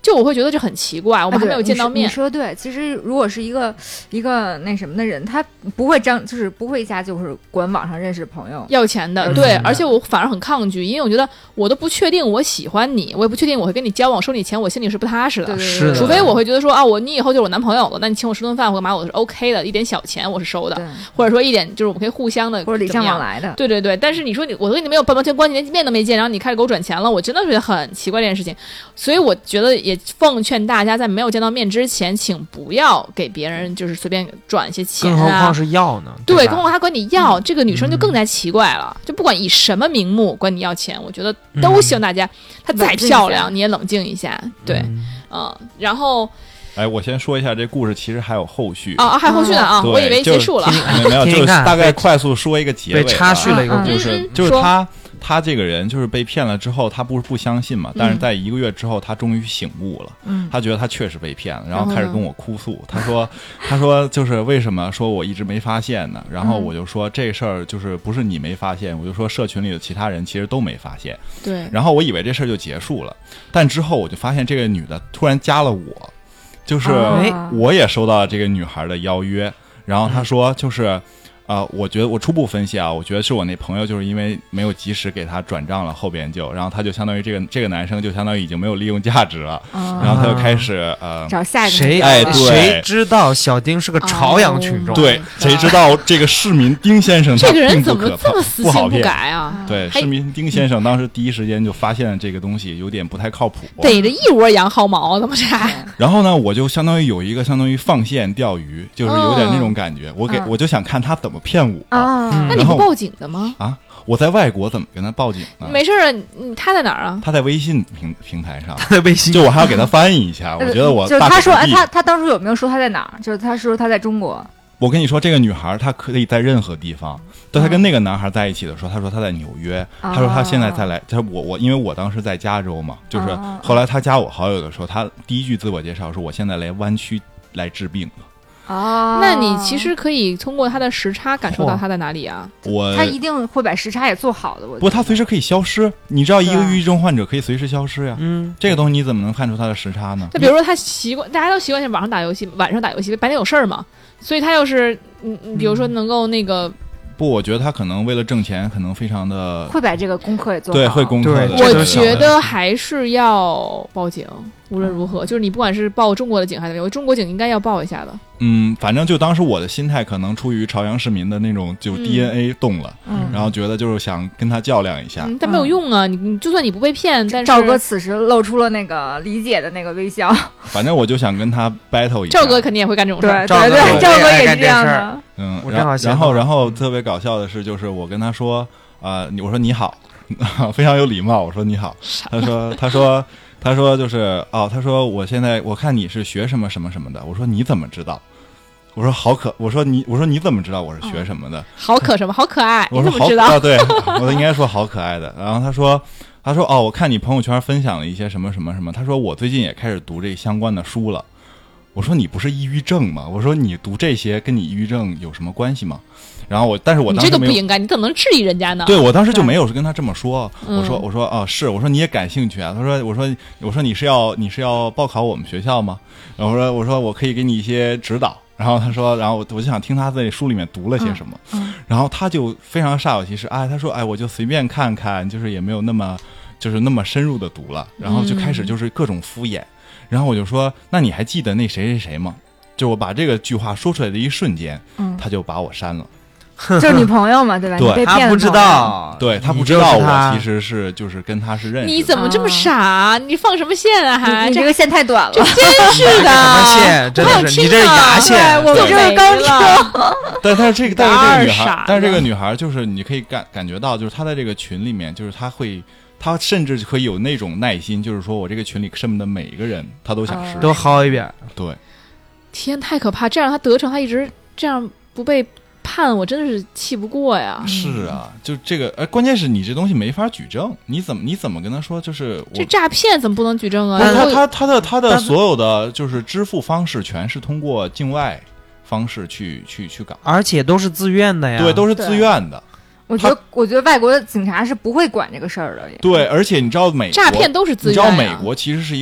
就我会觉得这很奇怪，我们还没有见到面。 啊、你, 说你说对，其实如果是一个一个那什么的人，他不会张，就是不会一下就是管网上认识的朋友要钱的，对，而且我反而很抗拒，因为我觉得我都不确定我喜欢你，我也不确定我会跟你交往收你钱，我心里是不踏实的。 对对对是的， 除非我会觉得说啊，我你以后就是我男朋友了，那你请我吃顿饭或干嘛我是 OK 的，一点小钱我是收的，或者说一点就是我们可以互相的或者礼尚往来的。 对对对，但是你说你我跟你没有半毛钱关系，连面都没见，然后你开始给我转钱了，我真的觉得很奇怪这件事情。所以我觉得也奉劝大家在没有见到面之前，请不要给别人就是随便转一些钱啊， 更何况是要呢？ 对， 对更何况他管你要、嗯，这个女生就更加奇怪了、嗯。就不管以什么名目管你要钱，我觉得都希望大家，她、嗯、再漂亮你也冷静一下。对，嗯，嗯然后。 哎，我先说一下这故事，其实还有后续啊、哦，还有后续呢啊！我以为结束了， 没有，就是大概快速说一个结尾， 被插叙了一个故事， 就是、嗯、就是他他这个人就是被骗了之后，他不是不相信嘛，但是在一个月之后，他终于醒悟了，嗯，他觉得他确实被骗了，然后开始跟我哭诉，他说他说就是为什么说我一直没发现呢？然后我就说这事儿就是不是你没发现，我就说社群里的其他人其实都没发现， 对， 然后我以为这事儿就结束了，但之后我就发现这个女的突然加了我。就是我也收到了这个女孩的邀约，然后她说就是呃，我觉得我初步分析啊，我觉得是我那朋友就是因为没有及时给他转账了，后边就，然后他就相当于这个这个男生就相当于已经没有利用价值了，哦、然后他就开始呃找下一个谁哎对， 谁知道小丁是个朝阳群众？ 哦、对，谁知道这个市民丁先生他这个人怎么这么死性不改啊？ 对，市民丁先生当时第一时间就发现了这个东西有点不太靠谱， 逮着一窝羊薅毛，怎么拆？ 然后呢，我就相当于有一个相当于放线钓鱼，就是有点那种感觉，哦、我给、嗯、我就想看他怎么骗我。 哦嗯、那你不报警的吗？ 啊，我在外国怎么跟他报警呢？ 没事啊，他在哪儿啊？ 他在微信平平台上， 他在微信， 就我还要给他翻译一下。我觉得我就是他说，他他当初有没有说他在哪儿？就是他说他在中国。 我跟你说，这个女孩她可以在任何地方。当她跟那个男孩在一起的时候，她说她在纽约，她说她现在再来。她说我我因为我当时在加州嘛，就是后来她加我好友的时候，她第一句自我介绍说我现在来湾区来治病了。 哦， 那你其实可以通过他的时差感受到他在哪里啊？ 我他一定会把时差也做好的。我不过他随时可以消失，你知道一个抑郁症患者可以随时消失呀。嗯，这个东西你怎么能看出他的时差呢？ 就比如说他习惯，大家都习惯性晚上打游戏，晚上打游戏，白天有事儿嘛，所以他要是嗯，比如说能够那个。 不，我觉得他可能为了挣钱，可能非常的会把这个功课也做好。 对，会功课的。 我觉得还是要报警，无论如何，就是你不管是报中国的警还是我中国警应该要报一下的。 嗯，反正就当时我的心态可能出于朝阳市民的那种就 D N A 动了，嗯、然后觉得就是想跟他较量一下， 嗯、但没有用啊！你你就算你不被骗，但是赵哥此时露出了那个理解的那个微笑。 反正我就想跟他 battle 一下。 赵哥肯定也会干这种事儿， 对对对，赵哥也是这样的。 嗯，然后然后然后特别搞笑的是，就是我跟他说啊、呃，我说你好，非常有礼貌，我说你好，他说他说他说就是哦，他说我现在我看你是学什么什么什么的，我说你怎么知道？我说好可，我说你我说你怎么知道我是学什么的？哦、 好可什么？好可爱？ 我说好可爱， 对，我应该说好可爱的。然后他说他说哦，我看你朋友圈分享了一些什么什么什么，他说我最近也开始读这相关的书了。我说你不是抑郁症吗？我说你读这些跟你抑郁症有什么关系吗？然后我，但是我当时你这个不应该，你怎么能质疑人家呢？ 对，我当时就没有跟他这么说。嗯、我说我说哦是，我说你也感兴趣啊？他说我说我说你是要你是要报考我们学校吗？然后我说我说我可以给你一些指导。然后他说，然后我我就想听他在书里面读了些什么。嗯嗯、然后他就非常煞有其事，哎，他说哎我就随便看看，就是也没有那么就是那么深入的读了，然后就开始就是各种敷衍。嗯然后我就说，那你还记得那谁谁谁吗？就我把这个句话说出来的一瞬间，嗯、他就把我删了。 就是女朋友嘛，对吧？ 对， 被骗他不知道， 对他不知道我其实是就是跟他是认识的。 你怎么这么傻？你放什么线啊？还你这个线太短了， 这真是的。 什么线？真的是你这是牙线， 我们这是钢车。 但但是这个但是这个女孩，但是这个女孩就是你可以感感觉到，就是她在这个群里面，就是她会。他甚至可以有那种耐心，就是说我这个群里剩的每一个人，他都想试， 都薅一遍。 对， 天，太可怕！这样他得逞，他一直这样不被判，我真的是气不过呀。 是啊，就这个，呃，关键是你这东西没法举证，你怎么你怎么跟他说？就是这诈骗怎么不能举证啊？ 他他他的他的所有的就是支付方式全是通过境外方式去去去搞， 而且都是自愿的呀。 对，都是自愿的。 我觉得，我觉得外国的警察是不会管这个事儿的。 对，而且你知道美国诈骗都是自愿、啊， 你知道美国其实是一个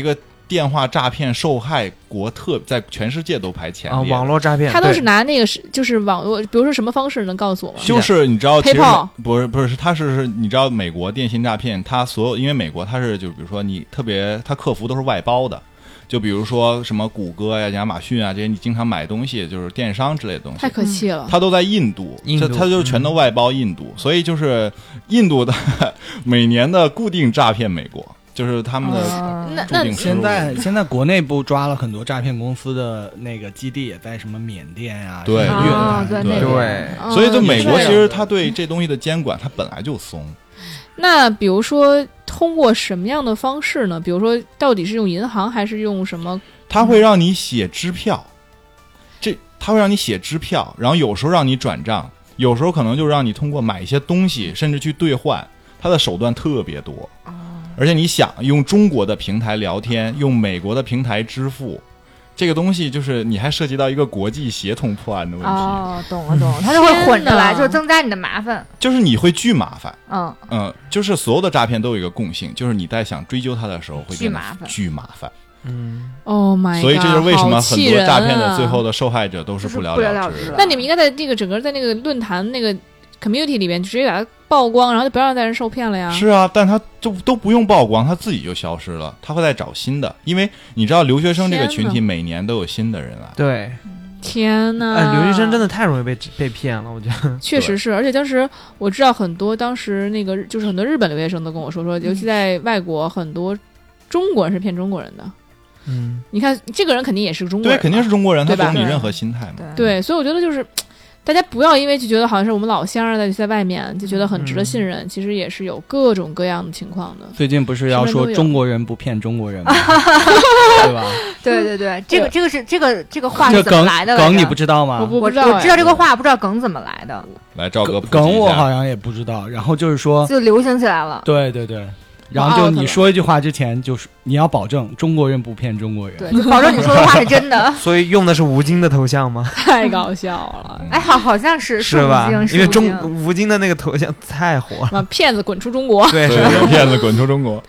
电话诈骗受害国特在全世界都排前列、 啊、网络诈骗， 他都是拿那个是就是网络，比如说什么方式能告诉我吗？ 就是你知道，其实 PayPal 不是不是，他是是你知道美国电信诈骗，他所有因为美国他是就比如说你特别，他客服都是外包的。就比如说什么谷歌呀、亚马逊啊这些，你经常买东西就是电商之类的东西， 太可惜了。 它都在印度， 印度它就全都外包印度，嗯、所以就是印度的每年的固定诈骗美国，就是他们的注定现在现在国内部抓了很多诈骗公司的那个基地，也在什么缅甸呀、 对越南， 对对对， 所以就美国其实它对这东西的监管它本来就松。 那比如说通过什么样的方式呢？比如说到底是用银行还是用什么？ 它会让你写支票，这它会让你写支票，然后有时候让你转账，有时候可能就让你通过买一些东西，甚至去兑换，它的手段特别多。而且你想用中国的平台聊天，用美国的平台支付。这个东西就是你还涉及到一个国际协同破案的问题。 哦，懂了懂了，它就会混着来，就增加你的麻烦。 就是你会巨麻烦。 嗯嗯，就是所有的诈骗都有一个共性，就是你在想追究它的时候会变得巨麻烦。 嗯 ，Oh my god！ 所以这就是为什么很多诈骗的最后的的受害者都是不了了之的。 那你们应该在这个整个在那个论坛那个 community 里面直接把它曝光，然后就不要让再人受骗了呀。 是啊，但他就都不用曝光，他自己就消失了，他会再找新的，因为你知道留学生这个群体每年都有新的人来。 对， 天哪！ 哎，留学生真的太容易被被骗了，我觉得。 确实是，而且当时我知道很多，当时那个就是很多日本留学生都跟我说说，尤其在外国，很多中国人是骗中国人的。 嗯， 你看这个人肯定也是中国人， 对，肯定是中国人，他对吧？ 懂你任何心态嘛。 对，所以我觉得就是。大家不要因为就觉得好像是我们老乡在在外面就觉得很值得信任、嗯、其实也是有各种各样的情况的。 最近不是要说中国人不骗中国人吗？对吧？ 对对对，这个这个是这个这个话是怎么来的？ 梗你不知道吗？ 我不知道，我知道这个话，不知道梗怎么来的。 来，赵哥梗我好像也不知道。然后就是说， 就流行起来了。 对对对。然后就你说一句话之前，就是你要保证中国人不骗中国人， 对，保证你说的话是真的。 所以用的是吴京的头像吗？ 太搞笑了！ 哎，好，好像是是吧？ 是因为中吴京的那个头像太火了。 骗子滚出中国！ 对， 对，骗子滚出中国。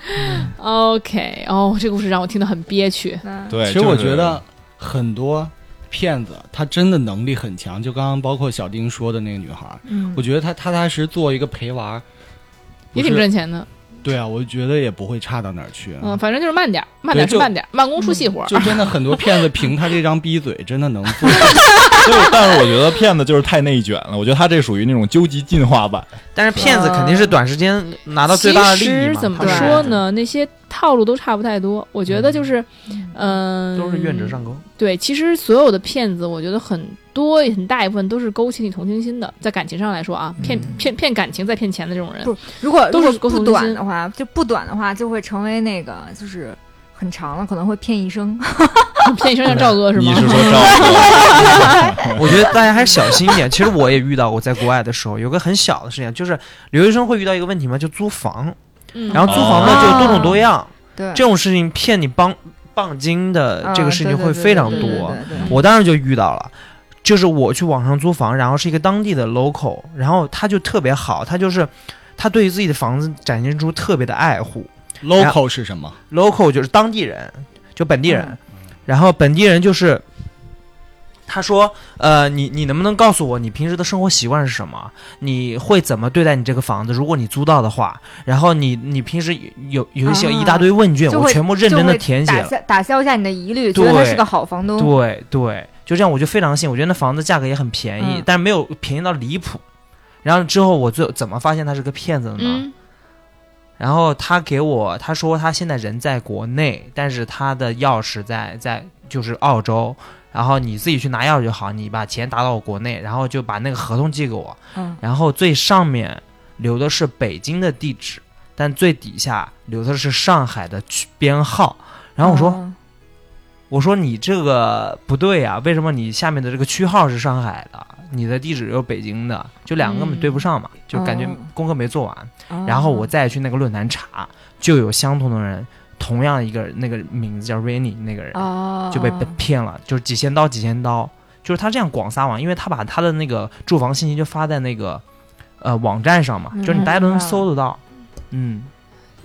OK， 哦，这个故事让我听得很憋屈。 对， 其实我觉得很多骗子他真的能力很强，就刚刚包括小丁说的那个女孩，嗯，我觉得他踏踏实做一个陪玩， 也挺挣钱的。 对啊，我觉得也不会差到哪儿去、啊。 嗯，反正就是慢点，慢点是慢点，慢工出细活、 嗯。就真的很多骗子凭他这张逼嘴，真的能做。 对，但是我觉得骗子就是太内卷了。我觉得他这属于那种究极进化版。 但是骗子肯定是短时间拿到最大的利益嘛。 其实怎么说呢？那些套路都差不太多。我觉得就是，嗯、呃， 都是愿者上钩。 对，其实所有的骗子，我觉得很多很大一部分都是勾起你同情心的。在感情上来说啊，骗骗骗感情再骗钱的这种人， 不，如果都是不短的话，就不短的话，就会成为那个就是很长了，可能会骗一生。 骗一生像赵哥是吗？ 你是说赵哥？ 我觉得大家还是小心一点。其实我也遇到过，在国外的时候有个很小的事情，就是留学生会遇到一个问题嘛，就租房，嗯、然后租房呢、哦、就多种多样。 对， 这种事情骗你帮磅金的这个事情会非常多。我当时就遇到了。就是我去网上租房，然后是一个当地的 local， 然后他就特别好，他就是他对于自己的房子展现出特别的爱护。 local 是什么 ？local 就是当地人，就本地人。嗯、然后本地人就是他说，呃，你你能不能告诉我你平时的生活习惯是什么？你会怎么对待你这个房子？如果你租到的话，然后你你平时有有一些一大堆问卷， 啊、 我全部认真的填写了， 打打消一下你的疑虑，觉得他是个好房东。 对对。就这样，我就非常信。我觉得那房子价格也很便宜， 嗯、 但是没有便宜到离谱。然后之后我最怎么发现他是个骗子的呢？ 嗯、 然后他给我他说他现在人在国内，但是他的钥匙在在就是澳洲，然后你自己去拿钥匙就好，你把钱打到我国内，然后就把那个合同寄给我。 嗯、 然后最上面留的是北京的地址，但最底下留的是上海的编号。然后我说。嗯我说你这个不对啊，为什么你下面的这个区号是上海的，你的地址又北京的，就两个根本对不上嘛，嗯、就感觉功课没做完。哦、然后我再去那个论坛查，就有相同的人，同样一个那个名字叫 Rainy 那个人、哦、就被骗了，就是几千刀几千刀，就是他这样广撒网，因为他把他的那个住房信息就发在那个呃网站上嘛，就是你大家都能搜得到。嗯。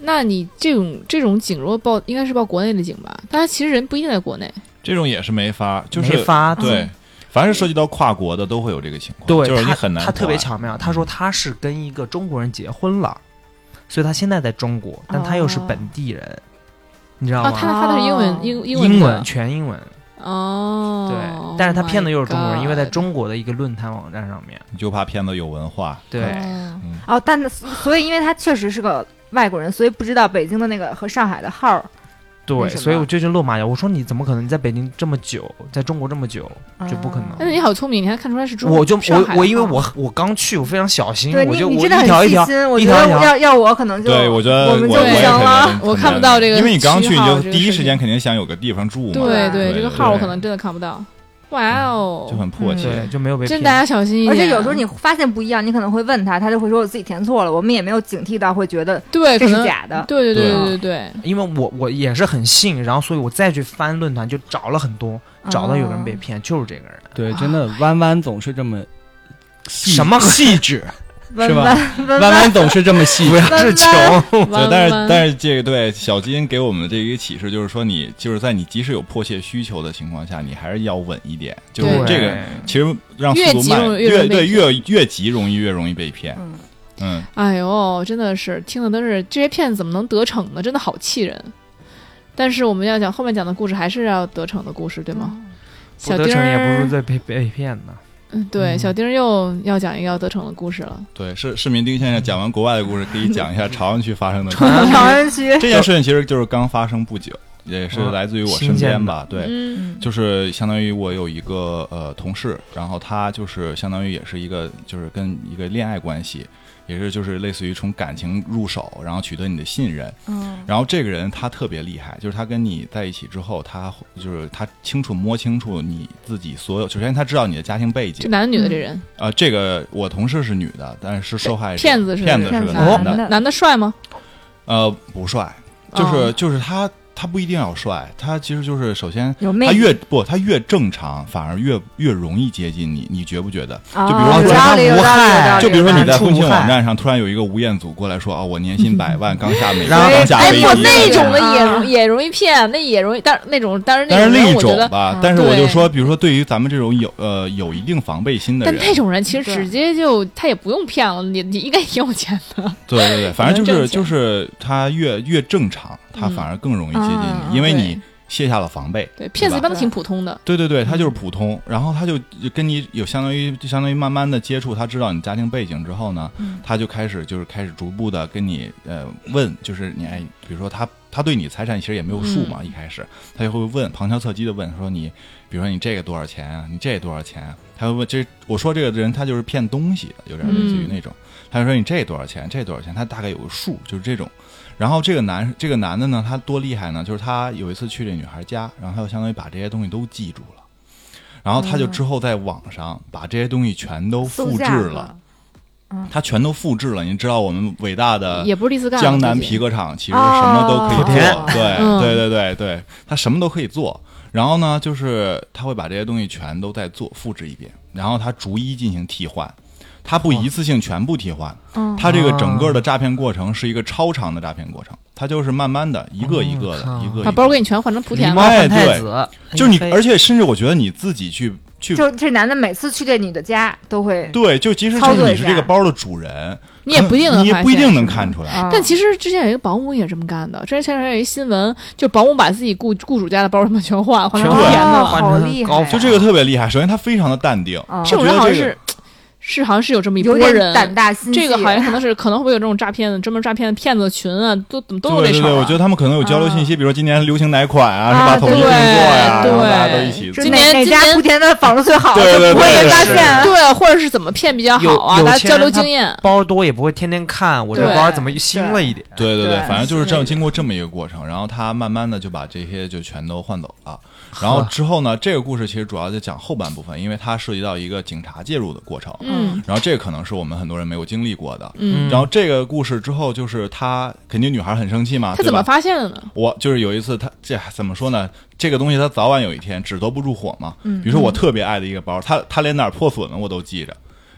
那你这种这种警如果报应该是报国内的警吧？但他其实人不一定在国内， 这种也是没法，就是没法对。凡是涉及到跨国的，都会有这个情况。 对， 就是你很难。 他特别巧妙，他说他是跟一个中国人结婚了，所以他现在在中国，但他又是本地人，哦、你知道吗？ 啊，他他的是英文，英英文， 英文全英文。 哦， 对，但是他骗的又是中国人，因为在中国的一个论坛网站上面， 你就怕骗子有文化。 对， 嗯、哦，但所以因为他确实是个外国人，所以不知道北京的那个和上海的号。 对，所以我就去落马腰。我说你怎么可能在北京这么久，在中国这么久，就不可能。 但是你好聪明，你还看出来是中国。 我就我我因为我我刚去，我非常小心，我就我一条一条我一条一条。 要要我可能就对，我觉得我们就不行了。 我看不到这个， 因为你刚去，你就第一时间肯定想有个地方住嘛。 对对，这个号我可能真的看不到。哇哦， 就很迫切， 对，就没有被骗。 真大家小心一点。 而且有时候你发现不一样，你可能会问他，他就会说我自己填错了。我们也没有警惕到会觉得对这是假的。 对对对对对对。 因为我我也是很信，然后所以我再去翻论坛，就找了很多，找到有人被骗，就是这个人。 对，真的弯弯总是这么什么细致。是吧？ 弯弯总是这么细， 不要是穷。 对，但是但是这个对小金给我们的这一个启示就是说，你就是在你即使有迫切需求的情况下，你还是要稳一点。就是这个，其实让速度慢，越对越越急容易越容易被骗。 嗯嗯， 哎呦，真的是听的都是这些骗子怎么能得逞呢？真的好气人。但是我们要讲后面讲的故事，还是要得逞的故事，对吗？ 嗯、 小丁不得逞也不如在被被骗呢。 嗯，对，小丁又要讲一个要得逞的故事了。 对，是市民丁先生讲完国外的故事，可以讲一下朝阳区发生的故事。朝阳区这件事情其实就是刚发生不久，也是来自于我身边吧。对， 嗯、 就是相当于我有一个呃同事，然后他就是相当于也是一个就是跟一个恋爱关系。也是就是类似于从感情入手，然后取得你的信任。 嗯， 然后这个人他特别厉害，就是他跟你在一起之后，他就是他清楚摸清楚你自己所有。首先他知道你的家庭背景， 这男的女的这人？ 啊、呃，这个我同事是女的，但是是受害者， 骗子是骗子是个男的。 男的帅吗？ 呃，不帅，就是、哦、就是他。他不一定要帅，他其实就是首先他越不他越正常，反而越越容易接近你，你觉不觉得？ 哦、 就比如说他无害， 就比如说你在婚庆网站上突然有一个吴彦祖过来说啊，我年薪百万，刚下美然后刚下飞机， 哎，那种的也容也容易骗，那也容易，但那种当然那种人我觉得吧，但是我就说，比如说对于咱们这种有呃有一定防备心的人， 但那种人其实直接就他也不用骗了，你你应该挺有钱的。 对对对，反正就是就是他越越正常。他反而更容易接近你， 嗯、 因为你卸下了防备。 对，骗子一般都挺普通的。 对对对，他就是普通，然后他就跟你有相当于相当于慢慢的接触，他知道你家庭背景之后呢， 嗯、 他就开始就是开始逐步的跟你呃问，就是你哎，比如说他他对你财产其实也没有数嘛， 嗯、 一开始他就会问，旁敲侧击的问说你，比如说你这个多少钱啊，你这多少钱啊？他会问这我说这个人他就是骗东西的，有点类似于那种， 嗯、 他就说你这多少钱，这多少钱，他大概有个数，就是这种。然后这个男这个男的呢，他多厉害呢？就是他有一次去这女孩家，然后他就相当于把这些东西都记住了，然后他就之后在网上把这些东西全都复制了， 嗯、 他全都复制了。您知道我们伟大的也不是第四干江南皮革厂其实什么都可以做， 哦、 对、 嗯、 对对对对，他什么都可以做。然后呢，就是他会把这些东西全都再做复制一遍，然后他逐一进行替换。他不一次性全部替换， 哦、 他这个整个的诈骗过程是一个超长的诈骗过程，他就是慢慢的一个一个的， 哦、 一个把包给你全换成莆田了， 哎，对，就是你，而且甚至我觉得你自己去去， 就这男的每次去这女的家都会， 对，就即使是你是这个包的主人， 你也不一定能， 你也不一定能看出来。 嗯、 但其实之前有一个保姆也这么干的，之前前两天有一新闻，就保姆把自己雇雇主家的包什么全换换成莆田的了， 好厉害、啊， 就这个特别厉害。首先他非常的淡定， 嗯、 这种人好像是。是好像是有这么一波人， 胆大心细。 这个好像可能是可能会不会有这种诈骗的专门诈骗的骗子群啊，都怎么都有这事、啊。对对对，我觉得他们可能有交流信息，啊、比如说今年流行哪款啊， 啊是吧？统一定做呀， 对， 然后大家都一起。 今年哪家莆田的仿的最好， 对对对， 不会被发现。 对，或者是怎么骗比较好啊？大家交流经验。 包多也不会天天看，我这包怎么新了一点？ 对对对，反正就是这样，经过这么一个过程，然后他慢慢的就把这些就全都换走了。然后之后呢，这个故事其实主要在讲后半部分，因为它涉及到一个警察介入的过程。 嗯， 然后这个可能是我们很多人没有经历过的。 嗯， 然后这个故事之后，就是他肯定女孩很生气嘛。 他怎么发现的呢？ 我就是有一次他，他这怎么说呢？这个东西它早晚有一天纸都不住火嘛。 嗯， 比如说我特别爱的一个包，它它连哪儿破损了我都记着。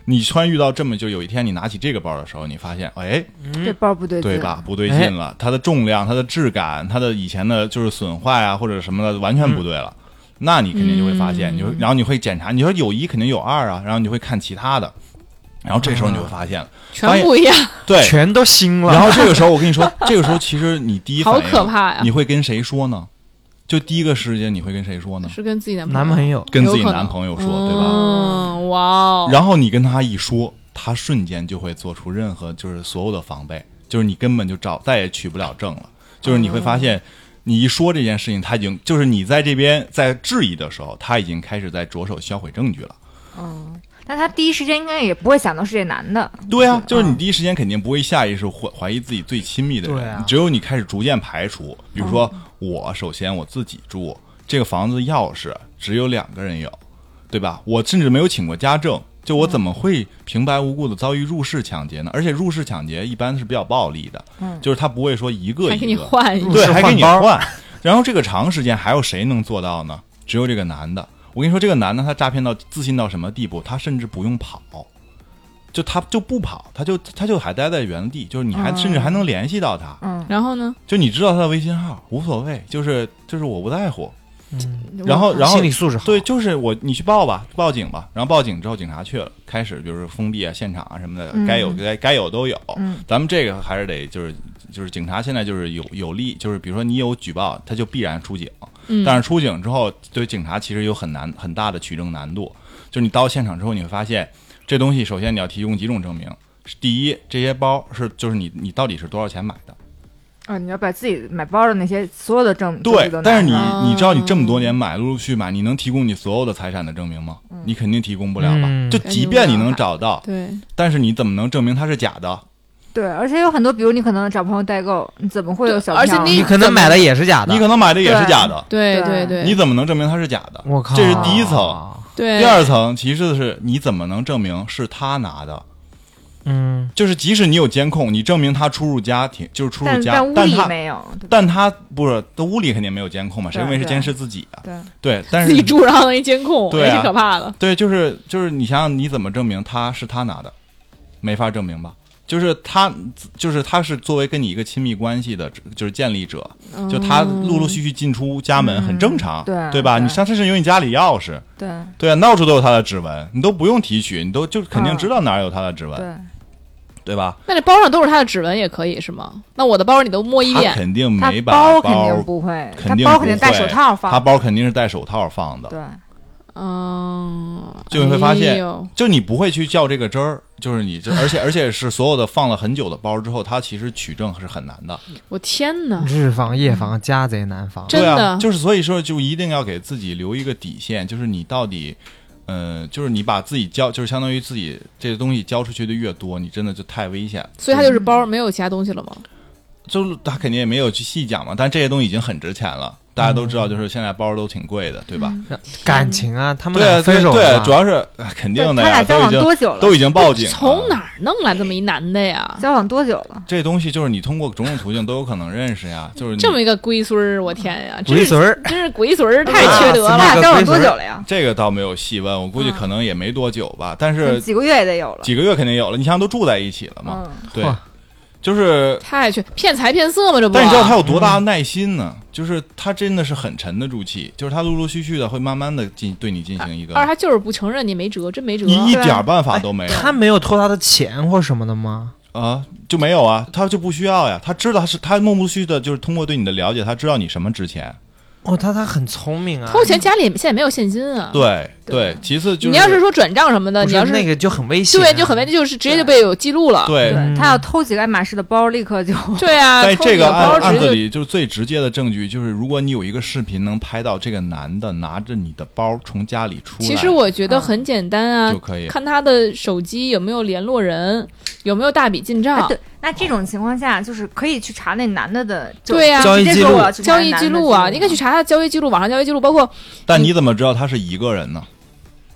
你突然遇到这么就有一天你拿起这个包的时候，你发现哎， 这包不对劲， 对吧？不对劲了，它的重量、它的质感、它的以前的就是损坏啊或者什么的完全不对了。嗯，那你肯定就会发现， 嗯、 你就然后你会检查，你说有一肯定有二啊，然后你会看其他的，然后这时候你就会发现了， 嗯、全不一样， 对， 全都新了。 然后这个时候我跟你说，这个时候其实你第一反应好可怕呀！ 你会跟谁说呢？就第一个时间你会跟谁说呢？ 是跟自己男男朋友， 跟自己男朋友说，对吧？ 嗯，哇哦！ 然后你跟他一说，他瞬间就会做出任何就是所有的防备，就是你根本就找再也取不了证了，就是你会发现。嗯，你一说这件事情，他已经就是你在这边在质疑的时候，他已经开始在着手销毁证据了。 嗯，但他第一时间应该也不会想到是这男的。 对啊，就是你第一时间肯定不会下意识怀怀疑自己最亲密的人， 对啊， 只有你开始逐渐排除。比如说，我首先我自己住这个房子的钥匙只有两个人有，对吧？我甚至没有请过家政。就我怎么会平白无故的遭遇入室抢劫呢？而且入室抢劫一般是比较暴力的，嗯，就是他不会说一个一个， 还给你换一个， 对，还给你换。然后这个长时间还有谁能做到呢？只有这个男的。我跟你说，这个男的他诈骗到自信到什么地步？他甚至不用跑，就他就不跑，他就他就还待在原地，就是你还、嗯、甚至还能联系到他。 嗯，然后呢？ 就你知道他的微信号，无所谓，就是就是我不在乎。 嗯， 然后，然后心理素质好， 对，就是我，你去报吧，报警吧。然后报警之后，警察去了，开始就是封闭啊，现场啊什么的，嗯、该有该该有都有。嗯，咱们这个还是得就是就是警察现在就是有有利，就是比如说你有举报，他就必然出警。嗯，但是出警之后，对警察其实有很难很大的取证难度。就是你到现场之后，你会发现这东西，首先你要提供几种证明。第一，这些包是就是你你到底是多少钱买的？ 啊、哦，你要把自己买包的那些所有的证明对，但是你哦你知道你这么多年买，陆陆续续买，你能提供你所有的财产的证明吗？嗯、你肯定提供不了吧？ 嗯、 就即便你能找到， 对， 但是你怎么能证明它是假的？ 对，而且有很多，比如你可能找朋友代购，你怎么会有小票？ 而且你可能买的也是假的， 你可能买的也是假的， 对对对， 你怎么能证明它是假的？ 我靠， 这是第一层。 对， 第二层其实是你怎么能证明是他拿的？ 嗯， 就是即使你有监控，你证明他出入家庭就是出入家， 但但屋里没有， 但他不是，他屋里肯定没有监控嘛，谁认为是监视自己啊？ 对对，但是自己住上了一监控， 对、啊， 挺可怕的。 对，就是就是你想想，你怎么证明他是他拿的？没法证明吧？就是他，就是他是作为跟你一个亲密关系的，就是建立者，嗯、就他陆陆续续进出家门很正常， 嗯、对对吧？ 对你像他是有你家里钥匙， 对对啊，到处都有他的指纹，你都不用提取，你都就肯定知道哪有他的指纹， 嗯、 对对吧？ 那这包上都是他的指纹也可以是吗？那我的包你都摸一遍， 他肯定没把包肯定不会， 肯定他包肯定戴手套放， 他包肯定是戴手套放的， 对。 嗯， 就你会发现， 哎、 就你不会去较这个真儿，就是你，就而且而且是所有的放了很久的包之后，它其实取证是很难的。 我天哪！ 日防夜防，家贼难防。 真的， 对啊，就是所以说，就一定要给自己留一个底线，就是你到底，嗯、呃，就是你把自己交，就是相当于自己这个东西交出去的越多，你真的就太危险了。 所以它就是包，没有其他东西了吗？ 就是他肯定也没有去细讲嘛，但这些东西已经很值钱了。大家都知道，就是现在包都挺贵的，对吧？ 嗯、感情啊，他们俩分手了， 对，对主要是肯定的呀。 他俩交往多久了？ 都已经报警了。 从哪儿弄来这么一男的呀？ 交往多久了？ 这东西就是你通过种种途径都有可能认识呀。就是这么一个龟孙儿，我天呀， 龟孙儿， 真是龟孙儿，太缺德了。 他俩交往多久了呀？ 这个倒没有细问，我估计可能也没多久吧。但是几个月也得有了， 几个月肯定有了。你想都住在一起了嘛？ 嗯、 对。就是太去骗财骗色嘛，这不？ 但你知道他有多大的耐心呢？嗯、就是他真的是很沉得住气，就是他陆陆续续的会慢慢的进对你进行一个。 而他就是不承认你没辙，真没辙， 你一点办法都没有。 他没有偷他的钱或什么的吗？ 啊，就没有啊，他就不需要呀。他知道他是他陆陆续续的，就是通过对你的了解，他知道你什么值钱。 哦，他他很聪明啊！ 偷钱家里现在没有现金啊。 对对，其次就是你要是说转账什么的，你要是那个就很危险， 对，就很危险，就是直接就被有记录了。 对， 对他要偷几个爱马仕的包，立刻就对啊。 在这个案案子里，就是最直接的证据，就是如果你有一个视频能拍到这个男的拿着你的包从家里出来， 其实我觉得很简单啊， 就可以看他的手机有没有联络人，有没有大笔进账。 啊、对，那这种情况下，就是可以去查那男的的对呀、啊、 交易记录， 交易记录啊，应该去查他交易记录，网上交易记录，包括。 但你怎么知道他是一个人呢？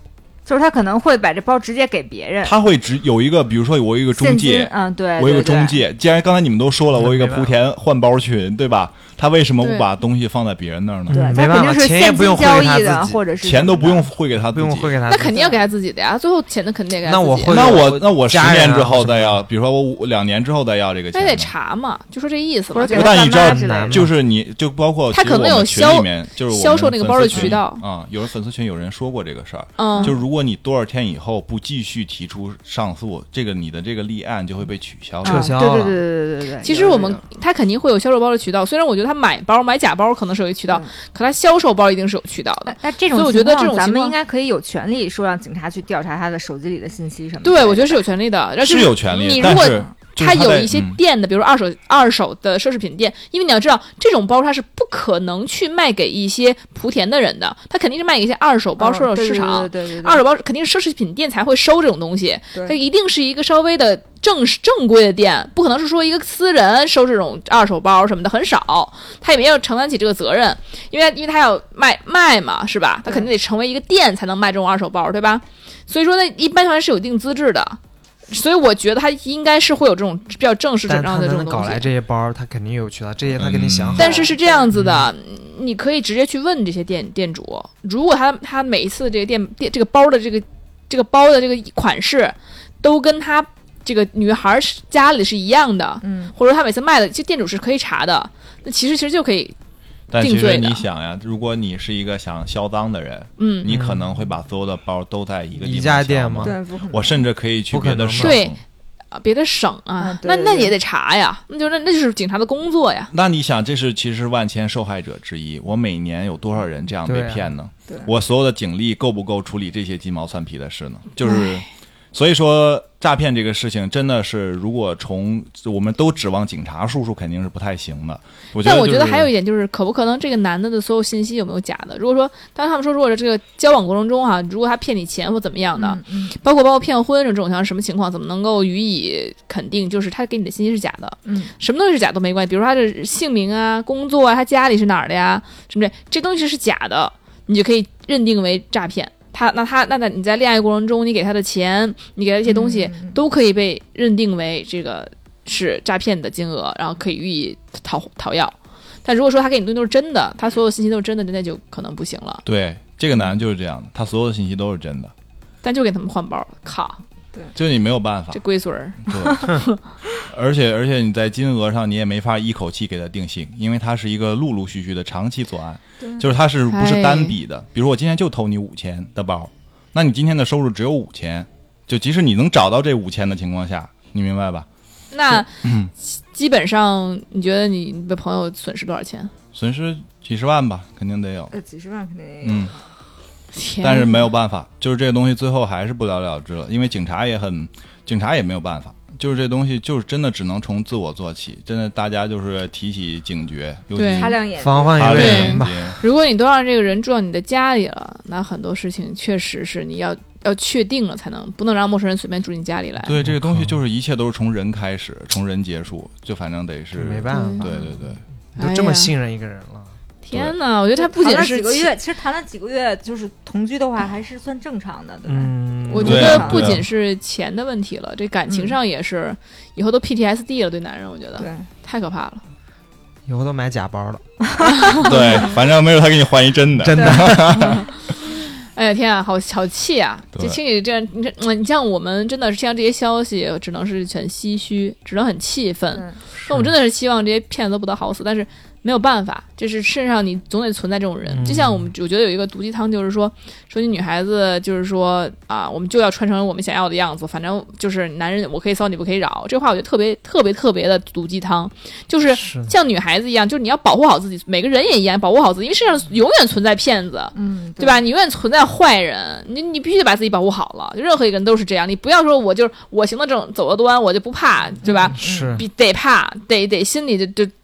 就是他可能会把这包直接给别人， 他会只有一个，比如说我有一个中介， 嗯，对， 我有一个中介。既然刚才你们都说了，我有一个莆田换包群，对吧？他为什么不把东西放在别人那儿呢？ 对， 没办法，钱也不用汇给他自己， 或者是钱都不用汇给他自己，不用汇给他， 那肯定要给他自己的呀。最后钱的肯定得给他自己。 那我会， 那我那我十年之后再要，比如说我两年之后再要这个钱， 那得查嘛，就说这意思嘛。 但你知道，就是你就包括他可能有销里面就是销售那个包的渠道啊，有人粉丝群有人说过这个事儿， 嗯， 就如果你多少天以后不继续提出上诉，这个你的这个立案就会被取消撤销了。对对对对对对。 其实我们他肯定会有销售包的渠道，虽然我觉得他买包买假包可能是有一渠道，可他销售包一定是有渠道的。 那这种， 所以我觉得这种咱们应该可以有权利说让警察去调查他的手机里的信息什么的。 对，我觉得是有权利的。 是有权利， 你如果他有一些店的，比如二手二手的奢侈品店，因为你要知道，这种包它是不可能去卖给一些莆田的人的，他肯定是卖给一些二手包收入市场。 对对对， 二手包肯定是奢侈品店才会收这种东西，它一定是一个稍微的正正规的店，不可能是说一个私人收这种二手包什么的，很少，他也没有承担起这个责任，因为因为他要卖卖嘛，是吧？他肯定得成为一个店才能卖这种二手包，对吧？所以说呢，一般还是有一定资质的。所以我觉得他应该是会有这种比较正式整张的这种东西。 但他能搞来这些包，他肯定有渠道，这些他肯定想好。 但是是这样子的，嗯、你可以直接去问这些店店主，如果他他每一次这个店店这个包的这个这个包的这个款式都跟他这个女孩家里是一样的， 嗯， 或者他每次卖的，这店主是可以查的。那其实其实就可以。 但其实你想呀，如果你是一个想销赃的人， 嗯， 你可能会把所有的包都在一个地方一家店吗？ 对， 我甚至可以去别的省， 对，啊，别的省啊， 嗯、 那那也得查呀，那就那那就是警察的工作呀。 那你想，这是其实万千受害者之一，我每年有多少人这样被骗呢？ 对啊、 我所有的警力够不够处理这些鸡毛蒜皮的事呢？就是。所以说诈骗这个事情真的是，如果从我们都指望警察叔叔肯定是不太行的。我觉得、就是， 但我觉得还有一点就是，可不可能这个男的的所有信息有没有假的？如果说，当他们说，如果这个交往过程中哈、啊，如果他骗你钱或怎么样的， 嗯嗯、 包括包括骗婚这种像什么情况，怎么能够予以肯定？就是他给你的信息是假的， 嗯， 什么东西是假都没关系。比如说他的姓名啊、工作啊、他家里是哪儿的呀，什么这这东西是假的，你就可以认定为诈骗。他那他那在你在恋爱过程中，你给他的钱，你给他一些东西， 嗯、 都可以被认定为这个是诈骗的金额，然后可以予以讨讨要。但如果说他给你的东西都是真的，他所有信息都是真的，那就可能不行了。 对，这个男人就是这样的，他所有的信息都是真的， 但就给他们换包，靠！ 对， 就你没有办法， 这龟孙儿。 对，而且而且你在金额上你也没法一口气给他定性，因为它是一个陆陆续续的长期作案，就是它是不是单笔的？比如我今天就偷你五千的包，那你今天的收入只有五千，就即使你能找到这五千的情况下，你明白吧？ 那、嗯、基本上你觉得你的朋友损失多少钱？ 损失几十万吧，肯定得有。 呃，几十万肯定得有。 嗯。但是没有办法，就是这个东西最后还是不了了之了，因为警察也很，警察也没有办法，就是这东西就是真的只能从自我做起，真的大家就是提起警觉， 对， 擦亮眼睛， 防患于未然吧。 如果你都让这个人住到你的家里了，那很多事情确实是你要要确定了才能，不能让陌生人随便住你家里来。 对，这个东西就是一切都是从人开始，从人结束，就反正得是没办法， 对对对， 都这么信任一个人了。 天哪，我觉得他不仅是几个月，其实谈了几个月，就是同居的话，还是算正常的，对吧？ 嗯， 我觉得不仅是钱的问题了，这感情上也是，以后都 P T S D 了，对男人，我觉得对， 太可怕了。 以后都买假包了。 对，反正没有他给你换一真的， 真的。 哎呀天啊，好好气啊！就听你这样，你这，你像我们真的是听到这些消息，只能是很唏嘘，只能很气愤。那我们真的是希望这些骗子都不得好死，但是没有办法，就是世上你总得存在这种人。 嗯、 就像我们，我觉得有一个毒鸡汤，就是说，说你女孩子，就是说啊，我们就要穿成我们想要的样子，反正就是男人我可以骚你不可以扰。这话我觉得特别特别特别的毒鸡汤，就是像女孩子一样，就是你要保护好自己，每个人也一样保护好自己，因为世上永远存在骗子， 嗯， 对吧？你永远存在坏人，你你必须得把自己保护好了。就任何一个人都是这样，你不要说我就是我行得正走得端，我就不怕，对吧？ 是得怕，得得心里就就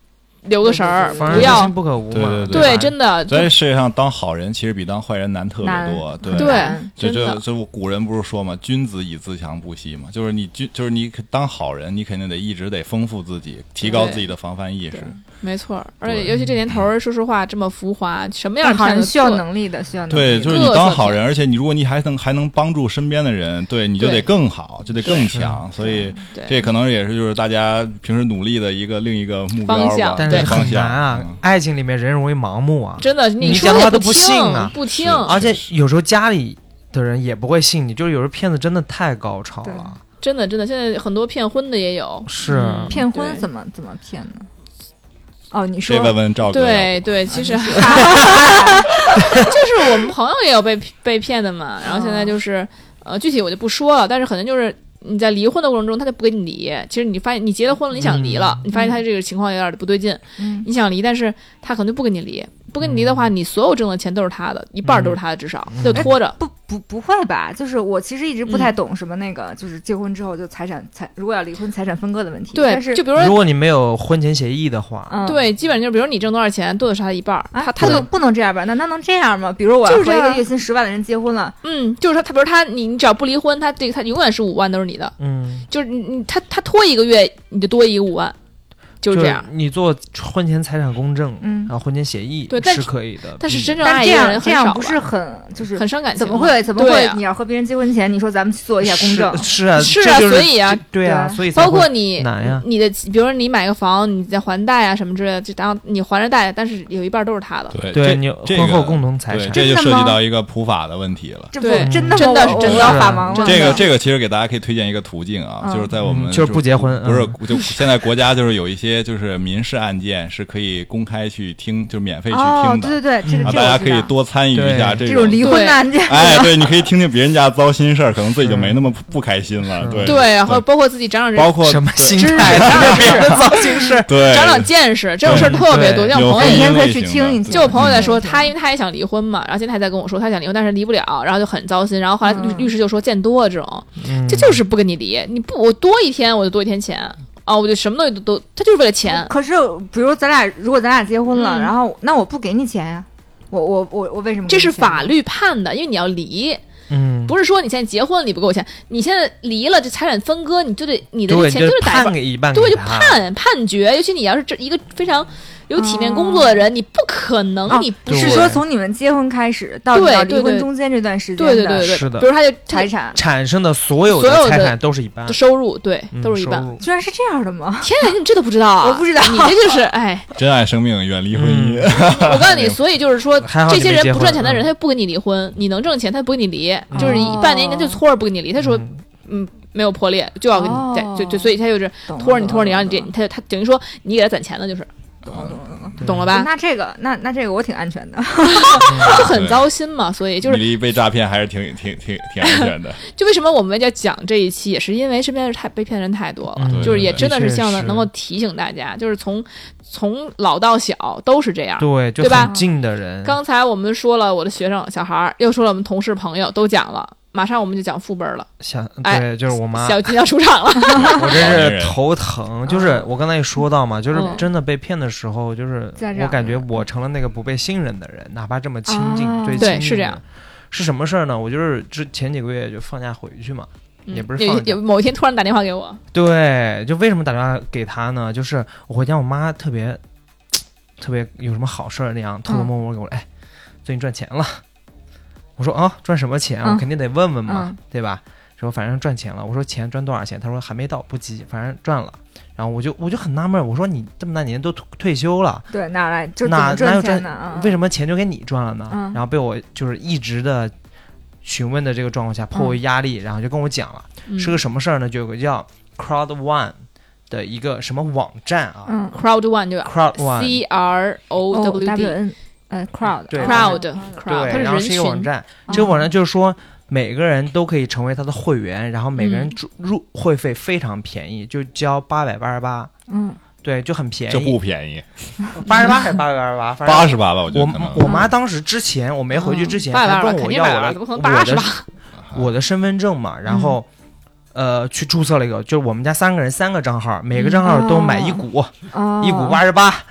留个神儿， 防人之不要心不可无嘛。 对对对， 吧真的在世界上当好人其实比当坏人难特别多，对对， 就真的就就古人不是说嘛，君子以自强不息嘛，就是你君就是你当好人，你肯定得一直得丰富自己，提高自己的防范意识。 没错，而且尤其这年头儿，说实话这么浮华，什么样的好人需要做能力的，需要能力对， 的就是你当好人，而且你如果你还能还能帮助身边的人，对，你就得对更好，就得更强。所以对这可能也是就是大家平时努力的一个另一个目标吧， 方向但是方向很难啊嗯， 爱情里面人容易盲目啊， 真的， 你说也不讲话都不信啊不听， 是而且有时候家里的人也不会信你，就是有时候骗子真的太高超对了。 真的真的，现在很多骗婚的也有， 是嗯骗婚对怎么怎么骗呢？哦，你这说问问赵哥， 对对，其实就是我们朋友也有被被骗的嘛，然后现在就是呃，具体我就不说了，但是可能就是你在离婚的过程中，他就不跟你离。其实你发现你结了婚了，你想离了， 嗯你发现他这个情况有点不对劲， 嗯你想离，但是他可能就不跟你离。不跟你离的话，你所有挣的钱都是他的，一半儿都是他的，至少他就拖着。 不不不会吧？就是我其实一直不太懂什么那个，就是结婚之后就财产财，如果要离婚财产分割的问题。 对但，是就比如说如果你没有婚前协议的话， 嗯， 对，基本上就是比如你挣多少钱，都得是他的一半儿。 啊， 他他的不能不能这样吧？那那能这样吗？比如我要就是这样和一个月薪十万的人结婚了， 嗯，就是他，他比如他你你只要不离婚，他这个他永远是五万都是你的， 嗯， 就是你你他他拖一个月你就多一个五万，就是这样。 你做婚前财产公证， 嗯然后婚前协议， 对但是是可以的。 但是真正但这爱一个人样这很少吧， 样不是很就是很伤感情怎么吗。 会怎么对啊？ 会你要和别人结婚前，你说咱们去做一下公证？ 是是啊， 是啊这就是所以啊这对啊， 对所以才包括会你难呀。 你的，比如说你买个房，你在还贷啊什么之类的，就然后你还着贷，但是有一半都是他的。 对对你这这个婚后共同财对， 产， 这就真的吗涉及到一个普法的问题了。 这不对真的吗？ 真的是我真的我要法盲了。 真的这个这个其实给大家可以推荐一个途径啊， 嗯就是在我们嗯就是不结婚不是嗯就现在国家就是有一些就是民事案件是可以公开去听，就是免费去哦， 听的， 对对对，这个啊， 这大家可以个我知道多参与一下对这这种离婚的案件。 哎，对，你可以听听别人家糟心事儿，可能自己就没那么不开心了。对对，然后包括自己长长包括什么心知识态， 长长别人的糟心事。 对长长见识，这种事儿特别多。 对有婚像我朋友也每天可以姻类型的去听一听就我朋友在说， 嗯他因为他也想离婚嘛，然后今天还在跟我说他想离婚，但是离不了，然后就很糟心。然后后来律嗯律师就说见多了这种， 嗯这就是不跟你离，你不我多一天我就多一天钱哦，我就什么东西都都，他就是为了钱。 可是，比如咱俩如果咱俩结婚了， 嗯然后那我不给你钱呀，我我我我为什么给这你钱呢？ 是法律判的，因为你要离， 嗯， 不是说你现在结婚了你不给我钱，你现在离了这财产分割，你就得你的这对， 钱就就是是打一半， 判给一半给对，就他， 判判决。尤其你要是这一个非常有体面工作的人，你不可能哦你不对是说从你们结婚开始到你对要离对对婚中间这段时间对对对对对， 是的比如他就财产， 产生的所有所有的财产都是一半的，收入，对， 嗯都是一半。 收入居然是这样的吗？ 天哪，你这都不知道啊？ 我不知道你这就是哎， 真爱生命，远离婚姻。 我告诉你，所以就是说， 还好这些人你没结婚不赚钱的人， 嗯他就不跟你离婚；你能挣钱，他不跟你离，就是一哦半年一年就搓着不跟你离。他说，嗯，没有破裂，就要跟你哦在，就就所以他就是懂了拖着你拖着你，然后你这懂了他就他等于说你给他攒钱的，就是懂了懂了懂了懂了吧？ 那这个那那这个我挺安全的。 就很糟心嘛。所以就是你离被诈骗还是挺挺挺挺安全的。 就为什么我们要讲这一期，也是因为身边太被骗的人太多了， 嗯就是也对真的是希望的确是能够提醒大家，就是从从老到小都是这样。 对，就对吧很近的人， 刚才我们说了我的学生小孩儿，又说了我们同事朋友，都讲了，马上我们就讲父辈儿了。 想哎对，就是我妈， 小金要出场了， 我真是头疼。就是我刚才也说到嘛，就是嗯真的被骗的时候，就是家长我感觉我成了那个不被信任的人，哪怕这么亲近啊最亲近的对是这样。 是什么事儿呢？我就是之前几个月就放假回去嘛， 嗯也不是放假有有某一天突然打电话给我， 对，就为什么打电话给他呢？就是我回家，我妈特别特别有什么好事儿那样，偷偷摸摸给我，哎，最近赚钱了。我说啊，赚什么钱？ 嗯我肯定得问问嘛， 嗯对吧？说反正赚钱了。我说钱赚多少钱？他说还没到，不急，反正赚了。然后我就我就很纳闷儿，我说你这么大年纪都退退休了， 对，哪来就怎哪么赚哪有赚钱呢？啊为什么钱就给你赚了呢？ 嗯然后被我就是一直的询问的这个状况下，迫于压力，然后就跟我讲了、 嗯是个什么事儿呢？就有个叫 Crowd One 的一个什么网站啊、 嗯 Crowd One 就 Crowd One C R O O W W D N 呃 crowd 对 Crowd 嗯 Crowd，它对， 是人然后是一个网群， 站， 哦这个网站就是说每个人都可以成为他的会员，然后每个人嗯入入会费非常便宜，就交八百八十八， 嗯对，就很便这不宜， 便宜， 八十八还是八百八十八？反正八十八吧，我觉得可能。 我我妈当时之前我没回去之前八百八还问我肯定百八， 要我的怎么可能八十我的八？ 我的身份证嘛，然后。呃，去注册了一个，就是我们家三个人三个账号，每个账号都买一股， 哦一股八十八，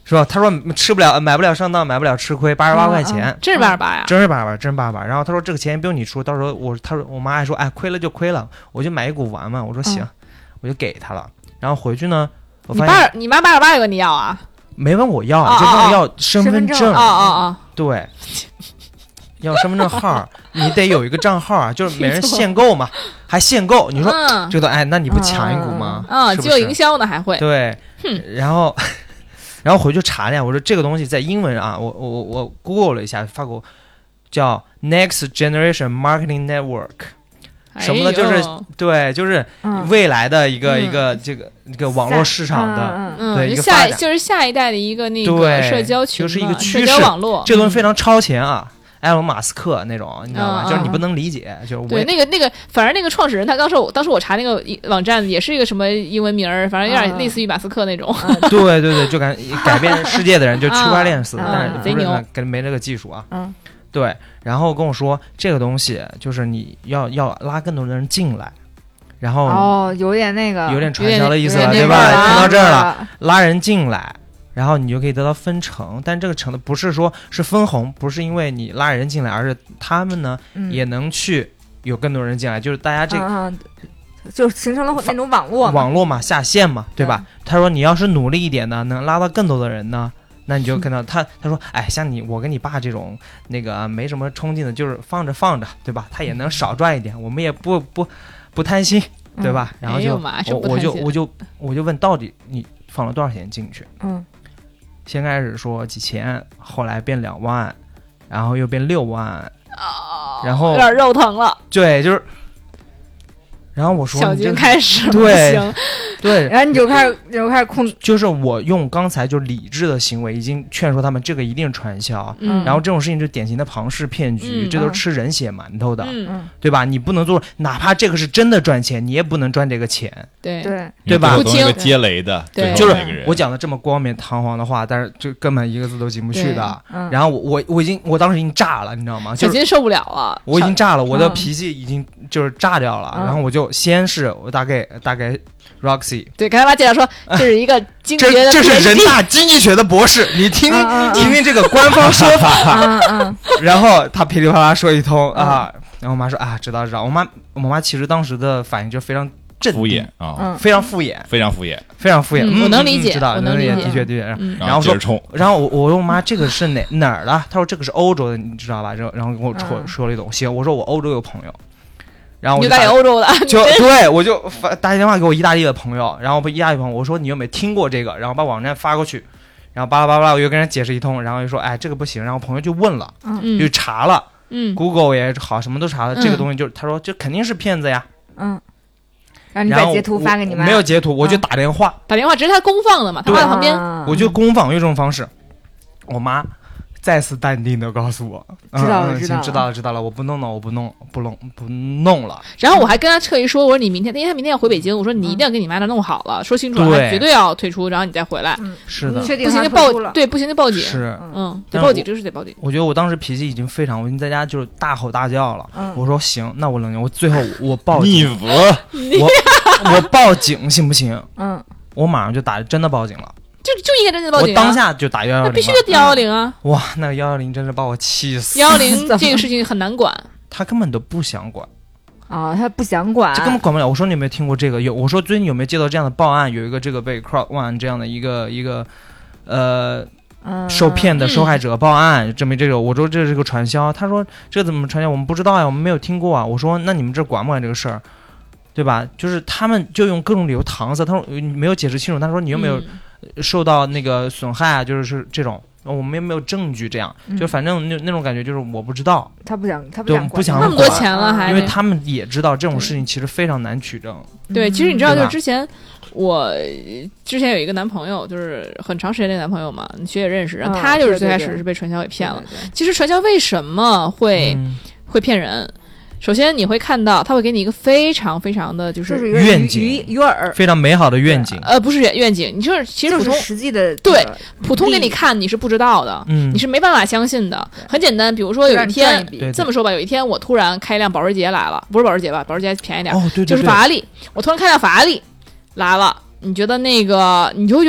是吧？他说吃不了，买不了上当，买不了吃亏，八十八块钱， 真是八十八呀， 真是八十八，真是八十八。然后他说这个钱不用你出，到时候我他说我妈还说，哎，亏了就亏了，我就买一股玩嘛。我说行，嗯、我就给他了。然后回去呢，我发现你爸你妈八十八也跟你要啊？ 没问我要，就问我要身份证啊啊啊！ 对，要身份证号，你得有一个账号啊，就是每人限购嘛，还限购。你说、嗯、这个哎，那你不抢一股吗？ 啊，饥饿营销呢还会对，然后。然后回去查了呀，我说这个东西在英文啊，我我我 Google 了一下，发过叫 Next Generation Marketing Network， 什么的，就是、哎、对，就是未来的一个、嗯、一个这个一个网络市场的， 嗯嗯、 对，一个下就是下一代的一个那个社交群， 就是一个趋势， 社交网络， 这东西非常超前啊。埃隆·马斯克那种，你知道吧？嗯、就是你不能理解，嗯、就是对那个那个，反正那个创始人他当时我当时我查那个网站也是一个什么英文名儿，反正有点类似于马斯克那种。 嗯、对对对，就感改变世界的人，就区块链似的， 嗯、 但是贼牛， 跟没这个技术啊。 嗯， 对。然后跟我说这个东西就是你要要拉更多的人进来，然后哦，有点那个有点传销的意思了，对吧？听到这儿了，拉人进来。然后你就可以得到分成，但这个成的不是说是分红，不是因为你拉人进来，而是他们呢、嗯、也能去有更多人进来，就是大家这个、 啊、就形成了那种网络网络嘛，下线嘛，对吧？对他说你要是努力一点呢，能拉到更多的人呢，那你就看到他他说哎，像你我跟你爸这种那个没什么冲劲的，就是放着放着，对吧？他也能少赚一点，我们也不不不贪心，对吧？ 嗯、 然后就、 哎、 我我就我就我就问到底你放了多少钱进去？ 嗯。 先开始说几千，后来变两万，然后又变六万， 哦、 然后有点肉疼了。 对，就是，然后我说小金开始对对， 然后你就开始你就开始控， 就是我用刚才就理智的行为已经劝说他们，这个一定是传销， 嗯， 然后这种事情是典型的庞氏骗局， 嗯、 这都是吃人血馒头的， 嗯， 对吧？你不能做，哪怕这个是真的赚钱，你也不能赚这个钱， 对对对吧？ 不听一个接雷的， 对， 就是我讲的这么冠冕堂皇的话，但是这根本一个字都进不去的。 嗯、 然后我我我已经我当时已经炸了，你知道吗？ 小金受不了了， 我已经炸了，我的脾气已经就是炸掉了。 嗯、 然后我就先是我打给打给 Roxy， 对，跟他妈介绍说这是一个经济学的， 这这是人大经济学的博士，你听听、嗯、听听这个官方说法。 嗯嗯、 然后他噼里啪啦说一通、嗯、啊，然后我妈说啊，知道知道。我妈我妈其实当时的反应就非常镇定， 敷衍啊、 嗯，非常敷衍， 非常敷衍， 非常敷衍。 嗯、我能理解， 嗯、知道， 我能理解， 的确的确。 嗯、 然后说，然后我我问我妈这个是哪哪儿的？她说这个是欧洲的，你知道吧？然后然后跟我说、嗯、说了一通。行，我说我欧洲有朋友。然后我就打给欧洲的， 就对我就发打电话给我意大利的朋友，然后不意大利朋友，我说你有没有听过这个？然后把网站发过去，然后巴拉巴拉，我又跟人解释一通，然后就说哎这个不行，然后朋友就问了， 嗯， 就查了， 嗯 ，Google 也好，什么都查了，嗯、这个东西就他说这肯定是骗子呀， 嗯，然后你把截图发给你妈， 没有截图，我就打电话， 嗯、打电话，只是他公放的嘛，他放在旁边， 我就公放，用这种方式，我妈。再次淡定的告诉我， 知道了， 嗯、 知道了， 知道了，知道了，我不弄了，我不弄，不弄，不弄了。 然后我还跟他特意说，我说你明天，因为他明天要回北京，我说你一定要给你妈那弄好了，说清楚了，他绝对要退出，然后你再回来。 嗯、 是的， 确定不行就报，对，不行就报警。 是， 嗯，得报警，这是得报警。 我觉得我当时脾气已经非常，我已经在家就是大吼大叫了。 嗯、 我说行，那我冷静，我最后我报警， 逆服， 我我报警行不行？ 嗯， 我马上就打，真的报警了。 就就应该真的报警、 啊，我当下就打幺幺零， 那必须就幺幺零啊！ 哇，那个幺幺零真是把我气死。 幺幺零这个事情很难管， 他根本都不想管啊、哦，他不想管， 这根本管不了。我说你有没有听过这个？有，我说最近有没有接到这样的报案？有一个这个被 Crowd One 这样的一个一个呃、 嗯、 受骗的受害者报案，证明这个。我说这是个传销，他说这怎么传销？我们不知道呀，我们没有听过啊。我说那你们这管不管这个事儿？对吧？就是他们就用各种理由搪塞。他说你没有解释清楚。他说你有没有？ 嗯受到那个损害啊，就是是这种，我们也没有证据，这样、嗯、就反正那那种感觉就是我不知道， 他不想，他不想不想那么多钱了还， 因为他们也知道这种事情其实非常难取证。 对，其实你知道，就是之前我之前有一个男朋友，就是很长时间的男朋友嘛，你学姐认识，然后他就是最开始是被传销给骗了。 对对对对， 其实传销为什么会、 嗯、 会骗人？首先你会看到他会给你一个非常非常的就是愿景鱼饵， 非常美好的愿景。 呃，不是愿景，你就是其实普通、 就是、实际的对普通给你看你是不知道的， 嗯， 你是没办法相信的。很简单，比如说有一天一这么说吧，有一天我突然开一辆保时捷来了，不是保时捷吧？保时捷便宜点， 哦，对对对， 就是法拉利。我突然开辆法拉利来了，你觉得那个你就会觉得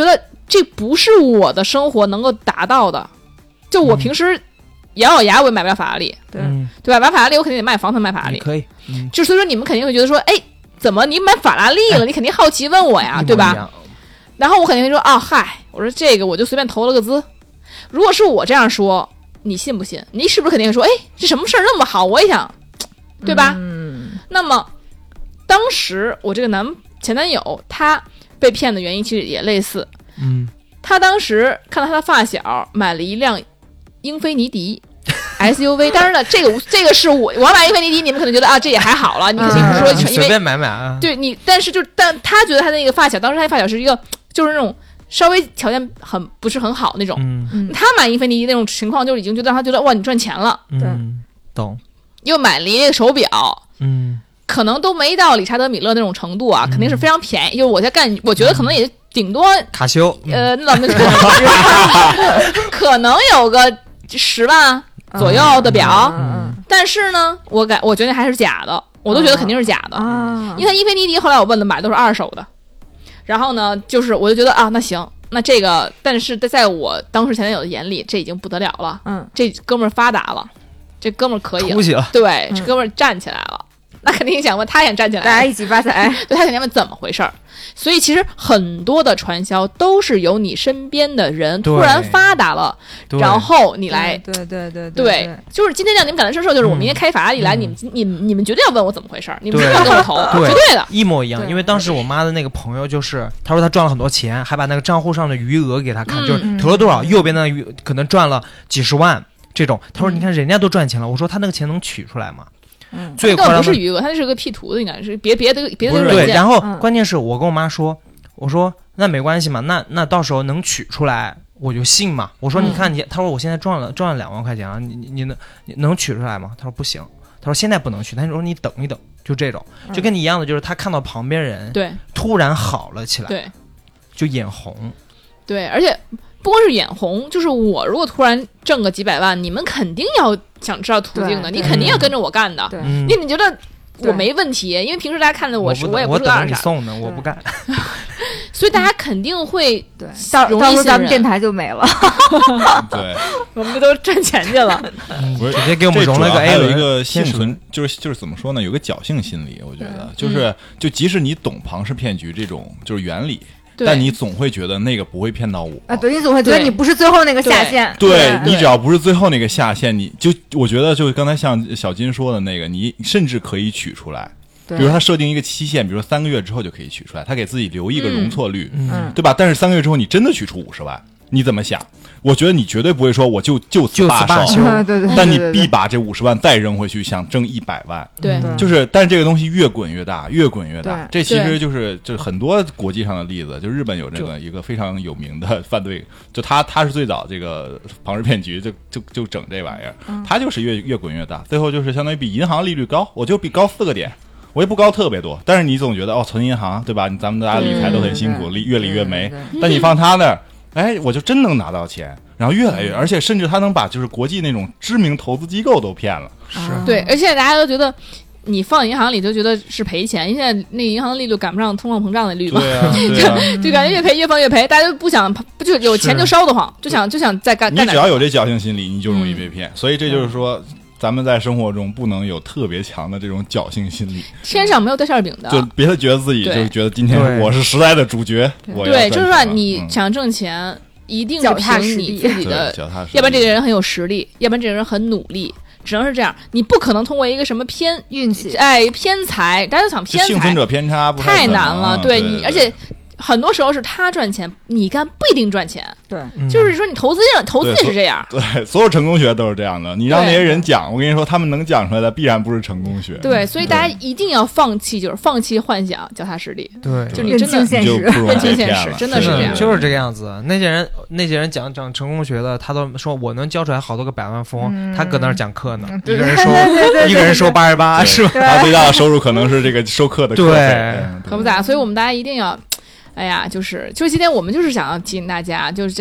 这不是我的生活能够达到的。就我平时咬咬牙我也买不了法拉利， 对、 嗯、 对吧？买法拉利我肯定得卖房才买法拉利， 可以。嗯， 就所以说你们肯定会觉得说，哎，怎么你买法拉利了？哎、你肯定好奇问我呀，对吧？然后我肯定会说，啊，嗨，我说这个我就随便投了个资。如果是我这样说，你信不信？你是不是肯定会说，哎，这什么事儿那么好？我也想，对吧？ 嗯。 那么当时我这个男前男友他被骗的原因其实也类似， 嗯， 他当时看到他的发小买了一辆英菲尼迪 S U V， 当然了，这个这个是我我买英菲尼迪，你们可能觉得啊这也还好了，你肯定不是说、嗯、因为随便买买啊， 对你，但是就但他觉得他那个发小，当时他的发小是一个就是那种稍微条件很不是很好那种， 嗯， 他买英菲尼迪那种情况就已经觉得让他觉得哇你赚钱了， 对、嗯，懂， 又买了一个手表， 嗯。 可能都没到理查德米勒那种程度啊，肯定是非常便宜。就是我在干，我觉得可能也顶多卡西欧， 呃，那怎么可能有个十万左右的表， 嗯、 但是呢，我感我觉得还是假的，我都觉得肯定是假的。 啊、 因为英菲尼迪后来我问了，买的都是二手的。然后呢，就是我就觉得啊，那行，那这个，但是在我当时前男友的眼里，这已经不得了了。 嗯， 这哥们儿发达了，这哥们儿可以了，了对，这哥们儿站起来了。那肯定想问，他想站起来， 大家一起发财。 对，他肯定问怎么回事儿。所以其实很多的传销都是由你身边的人突然发达了，然后你来， 对对对对对, 对，就是今天让你们感同身受，就是我明天开法拉利来，嗯、你们你们你们绝对要问我怎么回事儿，你们绝对要跟我投，绝对的， 一模一样。因为当时我妈的那个朋友就是，他说他赚了很多钱，还把那个账户上的余额给他看，嗯、就是投了多少，右边的余可能赚了几十万这种。他说你看人家都赚钱了，我说他那个钱能取出来吗？ 嗯， 最夸张的不是余额，他那是个 P 图的，应该是别别的别的对。然后关键是我跟我妈说，我说那没关系嘛，那那到时候能取出来我就信嘛。我说你看你，嗯、他说我现在赚了赚了两万块钱了，你你你能你能取出来吗？他说不行，他说现在不能取，他说你等一等，就这种，就跟你一样的，就是他看到旁边人对突然好了起来， 对， 就眼红， 对，而且。不光是眼红，就是我如果突然挣个几百万，你们肯定要想知道途径的，你肯定要跟着我干的。 对， 你你觉得我没问题？因为平时大家看的我是我也不是个二傻， 我等你送的，我不干。 所以大家肯定会对，到到时候咱们电台就没了。 对， 我们都赚钱去了。 不是， 直接给我们融了个 A 还有一个幸存，就是就是怎么说呢？有个侥幸心理，我觉得就是就即使你懂庞氏骗局这种就是原理。但你总会觉得那个不会骗到我啊！对，你总会觉得你不是最后那个下线。 对, 对, 对你只要不是最后那个下线，你就我觉得就刚才像小金说的那个，你甚至可以取出来。比如他设定一个期限，比如说三个月之后就可以取出来，他给自己留一个容错率， 嗯、 对吧？但是三个月之后你真的取出五十万，你怎么想？我觉得你绝对不会说我就就此罢手，但你必把这五十万再扔回去，想挣一百万。 对， 就是，但是这个东西越滚越大，越滚越大。这其实就是就是很多国际上的例子，就日本有这个一个非常有名的犯罪，就他他是最早这个庞氏骗局就就就整这玩意儿，他就是越越滚越大，最后就是相当于比银行利率高，我就比高四个点。我也不高特别多，但是你总觉得哦，存银行对吧？咱们大家理财都很辛苦，理越理越没。但你放他那儿。哎，我就真能拿到钱，然后越来越，而且甚至他能把就是国际那种知名投资机构都骗了。 是对，而且大家都觉得你放银行里就觉得是赔钱，因为现在那个银行的利率赶不上通货膨胀的利率嘛， 对啊对啊就感觉越赔越放越赔，大家都不想不就有钱就烧得慌，就想就想再干。 你只要有这侥幸心理，你就容易被骗。嗯、所以这就是说。嗯咱们在生活中不能有特别强的这种侥幸心理， 天上没有掉馅饼的， 就别觉得自己就觉得今天我是时代的主角。我对，就是说你想挣钱，嗯、一定是凭你自己的，要不然这个人很有实力，要不然这个人很努力，只能是这样。你不可能通过一个什么偏运气， 哎，偏财，大家都想偏财， 幸存者偏差不太难了。 对你，而且。很多时候是他赚钱，你干不一定赚钱。 对， 就是说你投资上投资也是这样。 对，对所有成功学都是这样的。你让那些人讲，我跟你说，他们能讲出来的必然不是成功学。 对，所以大家一定要放弃，就是放弃幻想，脚踏实地。 对， 就你真的现实， 认清现实，真的是这样， 就是这个样子。那些人，那些人讲讲成功学的，他都说我能教出来好多个百万富翁， 嗯、 他搁那儿讲课呢， 嗯、 一个人收，一个人收八十八，是吧？ 他最大的收入可能是这个收课的课费， 可不咋。所以我们大家一定要。哎呀，就是就是今天我们就是想要提醒大家，就是这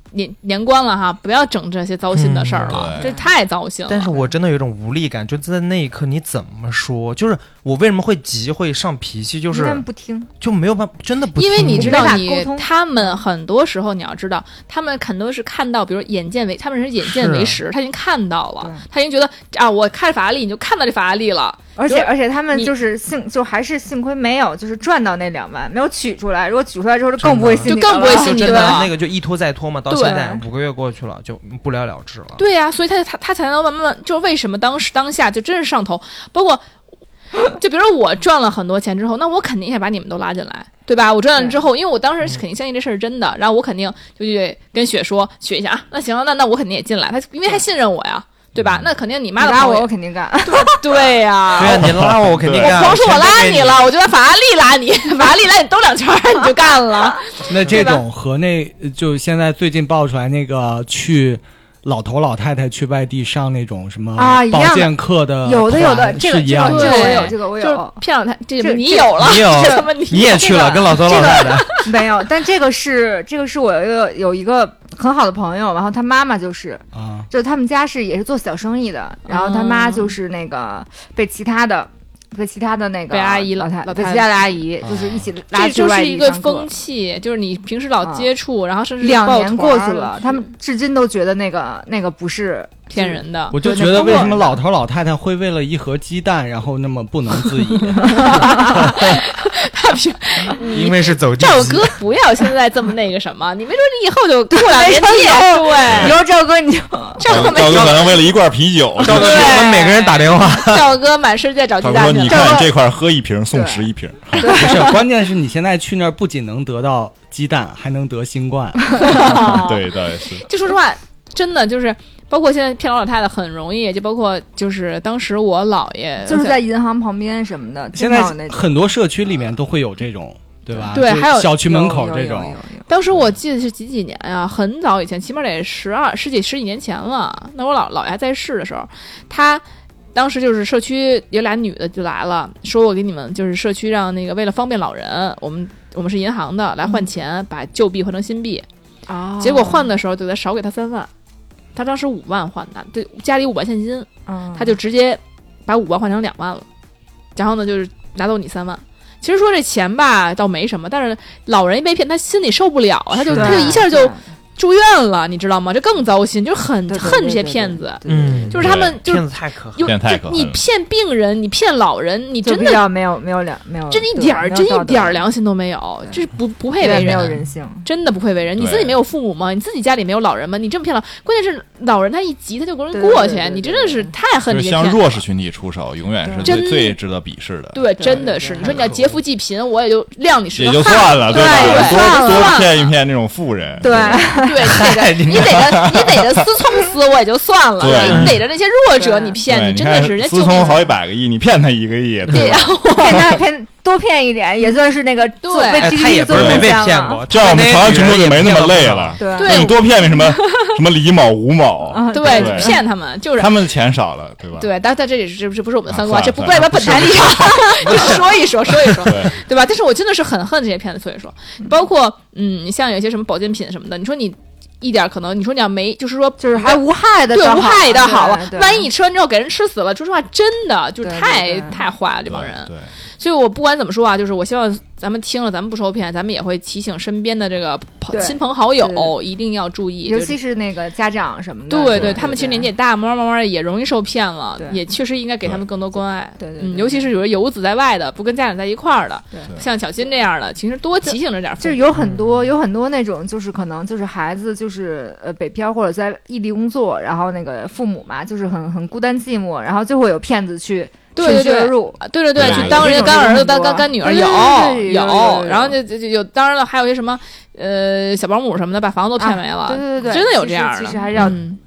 年年关了哈，不要整这些糟心的事儿了， 嗯、 这太糟心了。 但是我真的有一种无力感，就在那一刻你怎么说？就是我为什么会急会上脾气，就是他们不听， 就没有办法，真的不听。 因为你知道你， 你他们很多时候你要知道，他们很多是看到，比如眼见为，他们是眼见为实，他已经看到了，他已经觉得啊，我开法拉利，你就看到这法拉利了。 而且而且他们就是幸就还是幸亏没有就是赚到那两万，没有取出来。如果取出来之后，就更不会心就更不会心里了。 那个就一拖再拖嘛，到现在五个月过去了，就不了了之了。 对呀、啊，所以他他他才能慢慢，就是为什么当时当下就真是上头，包括。就比如说我赚了很多钱之后，那我肯定也把你们都拉进来，对吧？我赚了之后，因为我当时肯定相信这事儿是真的，然后我肯定就去跟雪说，雪一下啊，那行了，那那我肯定也进来，他因为他信任我呀。对吧？那肯定你妈的拉我，我肯定干。 对呀， 对呀，你拉我，我肯定干。 我光说我拉你了，我就让法拉利拉你，法拉利拉你兜两圈，你就干了。 那这种和那就现在最近爆出来那个去老头老太太去外地上那种什么保健课的， 有的有的，这个是一样的。 这个我有，这个我有。 就是骗老太，这个你有了， 你有什么？ 你也去了，跟老头老太太没有？但这个是这个是我有一个有一个很好的朋友，然后他妈妈就是啊，就他们家是也是做小生意的，然后他妈就是那个被其他的。被其他的那个被阿姨老太老太被其他的阿姨就是一起拉去外地上课， 这就是一个风气，就是你平时老接触，然后甚至两年过去了，他们至今都觉得那个那个不是骗人的。 我就觉得为什么老头老太太会为了一盒鸡蛋，然后那么不能自已？ 他平因为是走地。 赵哥不要现在这么那个什么，你没准你以后就过两年你也对， 以后赵哥你就赵哥赵哥可能为了一罐啤酒， 赵哥给我们每个人打电话， 赵哥满世界找鸡蛋去。 你看这块喝一瓶送十一瓶， 不是，关键是你现在去那儿不仅能得到鸡蛋，还能得新冠。 对对是。 就说实话，真的就是。包括现在骗老老太太很容易，就包括就是当时我姥爷就是在银行旁边什么的， 现在很多社区里面都会有这种，对吧？ 对，还有小区门口这种。 当时我记得是几几年呀、啊，很早以前，起码得十二十几十几年前了。那我姥姥爷还在世的时候，他当时就是社区有俩女的就来了，说我给你们就是社区让那个为了方便老人，我们我们是银行的来换钱，嗯、把旧币换成新币。 哦， 结果换的时候就得少给他三万。他当时五万换的，对，家里五万现金， 嗯， 他就直接把五万换成两万了，然后呢，就是拿走你三万。其实说这钱吧，倒没什么，但是老人一被骗，他心里受不了，他就他就一下就住院了，你知道吗？这更糟心，就很恨这些骗子。 嗯， 就是他们就骗子太可恨， 骗太可恨。 你骗病人，你骗老人，你真的没有没有良没有， 真一点儿真一点儿良心都没有，这是不不配为人， 没有人性， 真的不配为人。你自己没有父母吗？你自己家里没有老人吗？你这么骗了，关键是老人他一急他就给人过去，你真的是太恨这些骗子。 向弱势群体出手，永远是最最值得鄙视的。 对，真的是。你说你要劫富济贫，我也就谅你十个也就算了，对吧？ 多多骗一骗那种富人。 对对，你逮着你逮着思聪思我也就算了，你逮着那些弱者你骗，你真的是人家思聪好几百个亿，你骗他一个亿， 对， 骗他骗多骗一点，也算是那个对， 他也不是没被骗过， 这样我们朝阳群众就没那么累了。 对， 你多骗那什么什么李某、吴某， 对，骗他们就是他们的钱少了，对吧？ 对，但但这里是这不是我们的三观，这不代表本台立场，就是说一说说一说，对吧？但是我真的是很恨这些骗子，所以说，包括嗯，像有些什么保健品什么的，你说你。一点可能，你说你要没，就是说， 就是还无害的， 对，无害也倒好啊。万一你吃完之后给人吃死了，说实话，真的就是太太坏了这帮人。 对， 所以我不管怎么说啊，就是我希望咱们听了，咱们不受骗，咱们也会提醒身边的这个亲朋好友一定要注意， 尤其是那个家长什么的。 对对，他们其实年纪也大，慢慢慢慢也容易受骗了，也确实应该给他们更多关爱。 对对， 嗯，尤其是有游子在外的，不跟家长在一块儿的，像小新这样的，其实多提醒着点。 就是有很多有很多那种，就是可能就是孩子就是呃北漂或者在异地工作，然后那个父母嘛，就是很很孤单寂寞，然后就会有骗子去。 对对对，对对对，去当人家干儿子、当干干女儿，有有，然后就就有，当然了，还有一些什么呃小保姆什么的，把房子都骗没了， 对对对， 真的有这样的。 其实还是要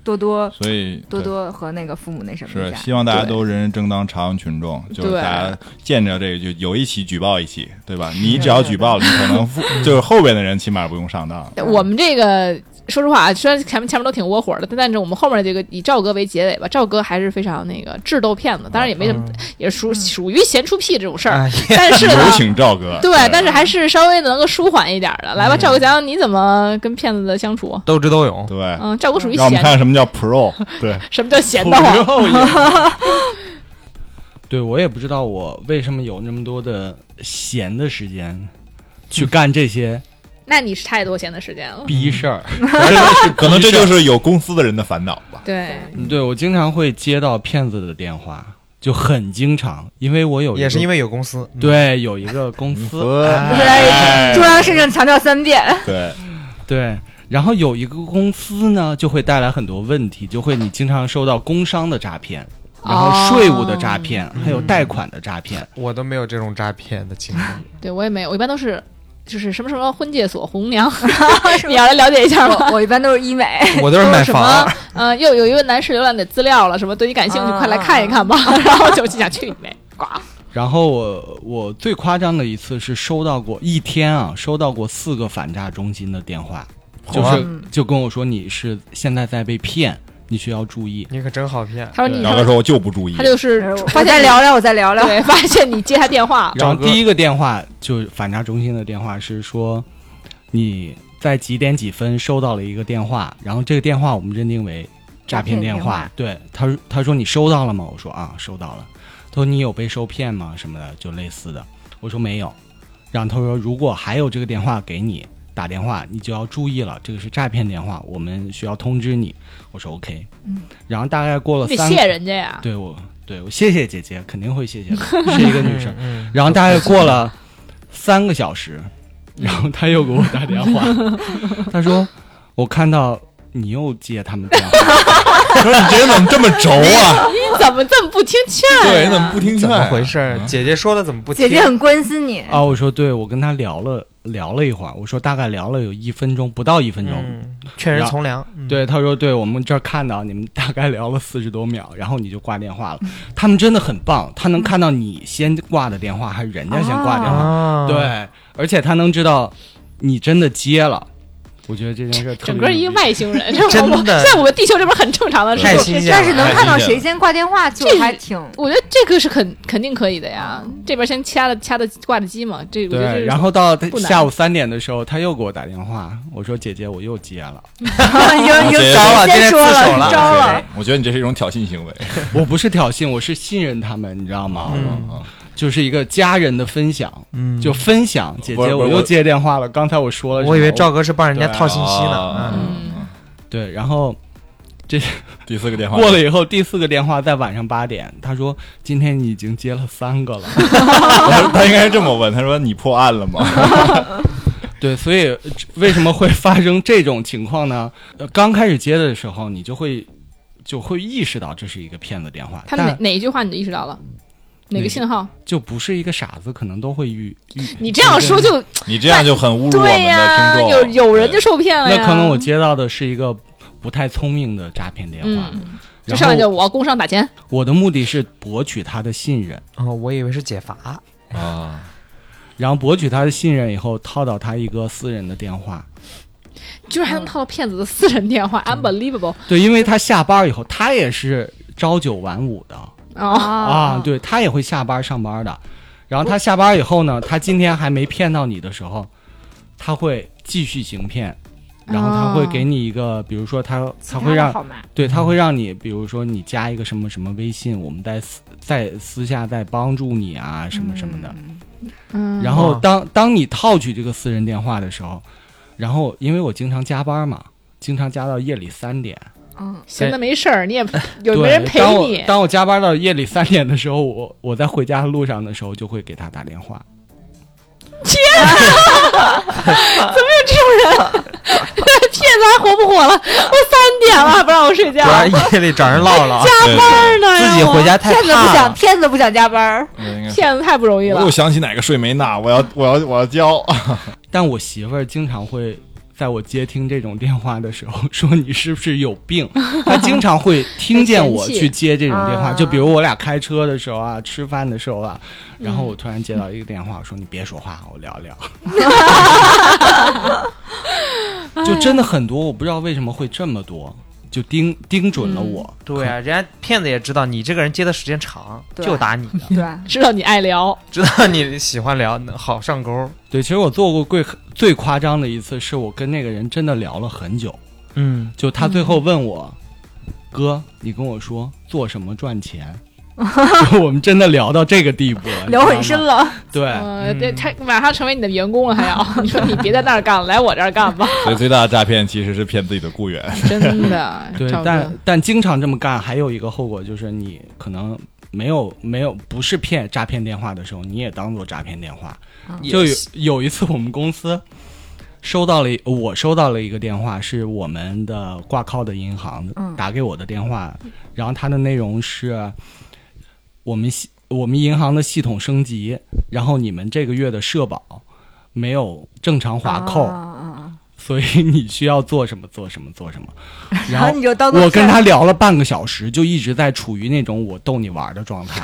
多多， 所以多多和那个父母那什么一下。 是希望大家都人人正当，朝阳群众，就是大家见着这个就有一起举报一起，对吧？你只要举报了，你可能就是后边的人起码不用上当。 我们这个说实话，虽然前面前面都挺窝火的，但是我们后面的这个以赵哥为结尾吧，赵哥还是非常那个智斗骗子，当然也没什么，嗯、也属属于闲出屁这种事儿。但是呢， 有请赵哥。 对，但是还是稍微能够舒缓一点的。来吧，赵哥讲讲你怎么跟骗子的相处。 斗智斗勇。 对， 嗯，赵哥属于让我们看什么叫 pro。对， 什么叫闲的慌？对，我也不知道我为什么有那么多的闲的时间去干这些。 那你是太多闲的时间了， 逼事儿， 可能这就是有公司的人的烦恼吧。 对， 对我经常会接到骗子的电话，就很经常，因为我有也是因为有公司， 对，有一个公司， 哎、重要事情强调三遍， 对对。然后有一个公司呢，就会带来很多问题，就会你经常收到工商的诈骗，然后税务的诈骗，哦、还有贷款的诈骗。 我都没有这种诈骗的经历， 对我也没有，我一般都是。就是什么什么婚介所红娘，你要来了解一下吗？ 我, 我一般都是医美， 我都是买房。 呃，又有一位男士浏览你的资料了，什么对你感兴趣，啊、快来看一看吧。然后就想去你妹，呱。 然后我我最夸张的一次是收到过一天啊，收到过四个反诈中心的电话，就是就跟我说你是现在在被骗。你需要注意， 你可真好骗。 他说你， 赵哥说我就不注意。 他就是发现聊聊，我再聊聊。 对，发现你接他电话。 然后第一个电话就反诈中心的电话是说，你在几点几分收到了一个电话，然后这个电话我们认定为诈骗电话。对，他说他说你收到了吗？我说啊，收到了。他说你有被受骗吗？什么的，就类似的。我说没有。然后他说如果还有这个电话给你打电话，你就要注意了，这个是诈骗电话，我们需要通知你。我说 OK，嗯，然后大概过了三， 你谢人家呀？ 对我，对我谢谢姐姐，肯定会谢谢的，是一个女生。嗯、然后大概过了三个小时，然后他又给我打电话，他说我看到你又接他们电话， 说你这人怎么这么轴啊？ 你怎么这么不听劝、啊？ 对，你怎么不听劝？ 怎么回事？嗯、姐姐说的怎么不听？ 姐姐很关心你啊！我说对，我跟他聊了。聊了一会儿，我说大概聊了有一分钟，不到一分钟， 嗯、劝人从良。 嗯、对，他说对，我们这儿看到你们大概聊了四十多秒，然后你就挂电话了。嗯、他们真的很棒，他能看到你先挂的电话还是人家先挂电话，啊、对，而且他能知道你真的接了。我觉得这件事整个一个外星人， 真的在我们地球这边很正常的事情， 但是能看到谁先挂电话就还挺， 我觉得这个是肯肯定可以的呀。这边先掐的掐的挂的机嘛，这个对。然后到下午三点的时候，他又给我打电话，我说姐姐，我又接了， 又又招了， 先说了，招了。 我觉得你这是一种挑衅行为。 我不是挑衅，我是信任他们，你知道吗？嗯嗯就是一个家人的分享，嗯，就分享。姐姐，我又接电话了。刚才我说了， 我以为赵哥是帮人家套信息呢。 嗯，对。然后这第四个电话过了以后，第四个电话在晚上八点，他说今天你已经接了三个了。 他应该是这么问，他说你破案了吗？ 对，所以为什么会发生这种情况呢？呃，刚开始接的时候，你就会就会意识到这是一个骗子电话。 他哪哪一句话你就意识到了？哪个信号？ 就不是一个傻子，可能都会遇遇。 你这样说就， 你这样就很侮辱我们的听众。 有有人就受骗了呀。 那可能我接到的是一个不太聪明的诈骗电话， 嗯、就上来就我要工商打钱。 我的目的是博取他的信任。 哦，我以为是解罚啊。 然后博取他的信任以后，套到他一个私人的电话。 居然还能套到骗子的私人电话、嗯、，unbelievable。 对，因为他下班以后，他也是朝九晚五的。 哦啊，对，他也会下班上班的，然后他下班以后呢，他今天还没骗到你的时候，他会继续行骗，然后他会给你一个，哦、比如说他他会让，对，他会让你，比如说你加一个什么什么微信，我们在私在私下再帮助你啊，什么什么的， 嗯， 然后当当你套取这个私人电话的时候，然后因为我经常加班嘛，经常加到夜里三点。 嗯，闲的没事儿，你也有没人陪你。 当我当我加班到夜里三点的时候，我我在回家的路上的时候，就会给他打电话。 天啊！怎么有这种人？骗子还活不活了？我三点了还不让我睡觉， 主要夜里找人唠唠， 加班呢， 自己回家太骗子不想，骗子不想加班， 骗子太不容易了。 我又想起哪个睡没纳，我要我要我要交。 但我媳妇儿经常会。 在我接听这种电话的时候说你是不是有病，他经常会听见我去接这种电话，就比如我俩开车的时候啊，吃饭的时候啊，然后我突然接到一个电话说你别说话，我聊聊。就真的很多，我不知道为什么会这么多，就盯盯准了我。 嗯、对啊，人家骗子也知道你这个人接的时间长，就打你的。 对， 知道你爱聊， 知道你喜欢聊，好上钩。 对，其实我做过最最夸张的一次，是我跟那个人真的聊了很久。 嗯， 就他最后问我，嗯、哥，你跟我说做什么赚钱？我们真的聊到这个地步了， 聊很深了。 对， 呃，对，他马上成为你的员工了，还要你说你别在那儿干了，来我这儿干吧。 所以最大的诈骗其实是骗自己的雇员， 真的。 对，但但经常这么干，还有一个后果就是你可能没有没有不是骗诈骗电话的时候，你也当做诈骗电话。嗯、就有有一次我们公司收到了我收到了一个电话，是我们的挂靠的银行打给我的电话，嗯、然后它的内容是。我们我们银行的系统升级，然后你们这个月的社保没有正常划扣，啊、所以你需要做什么做什么做什么。然后你就当我跟他聊了半个小时，就一直在处于那种我逗你玩的状态。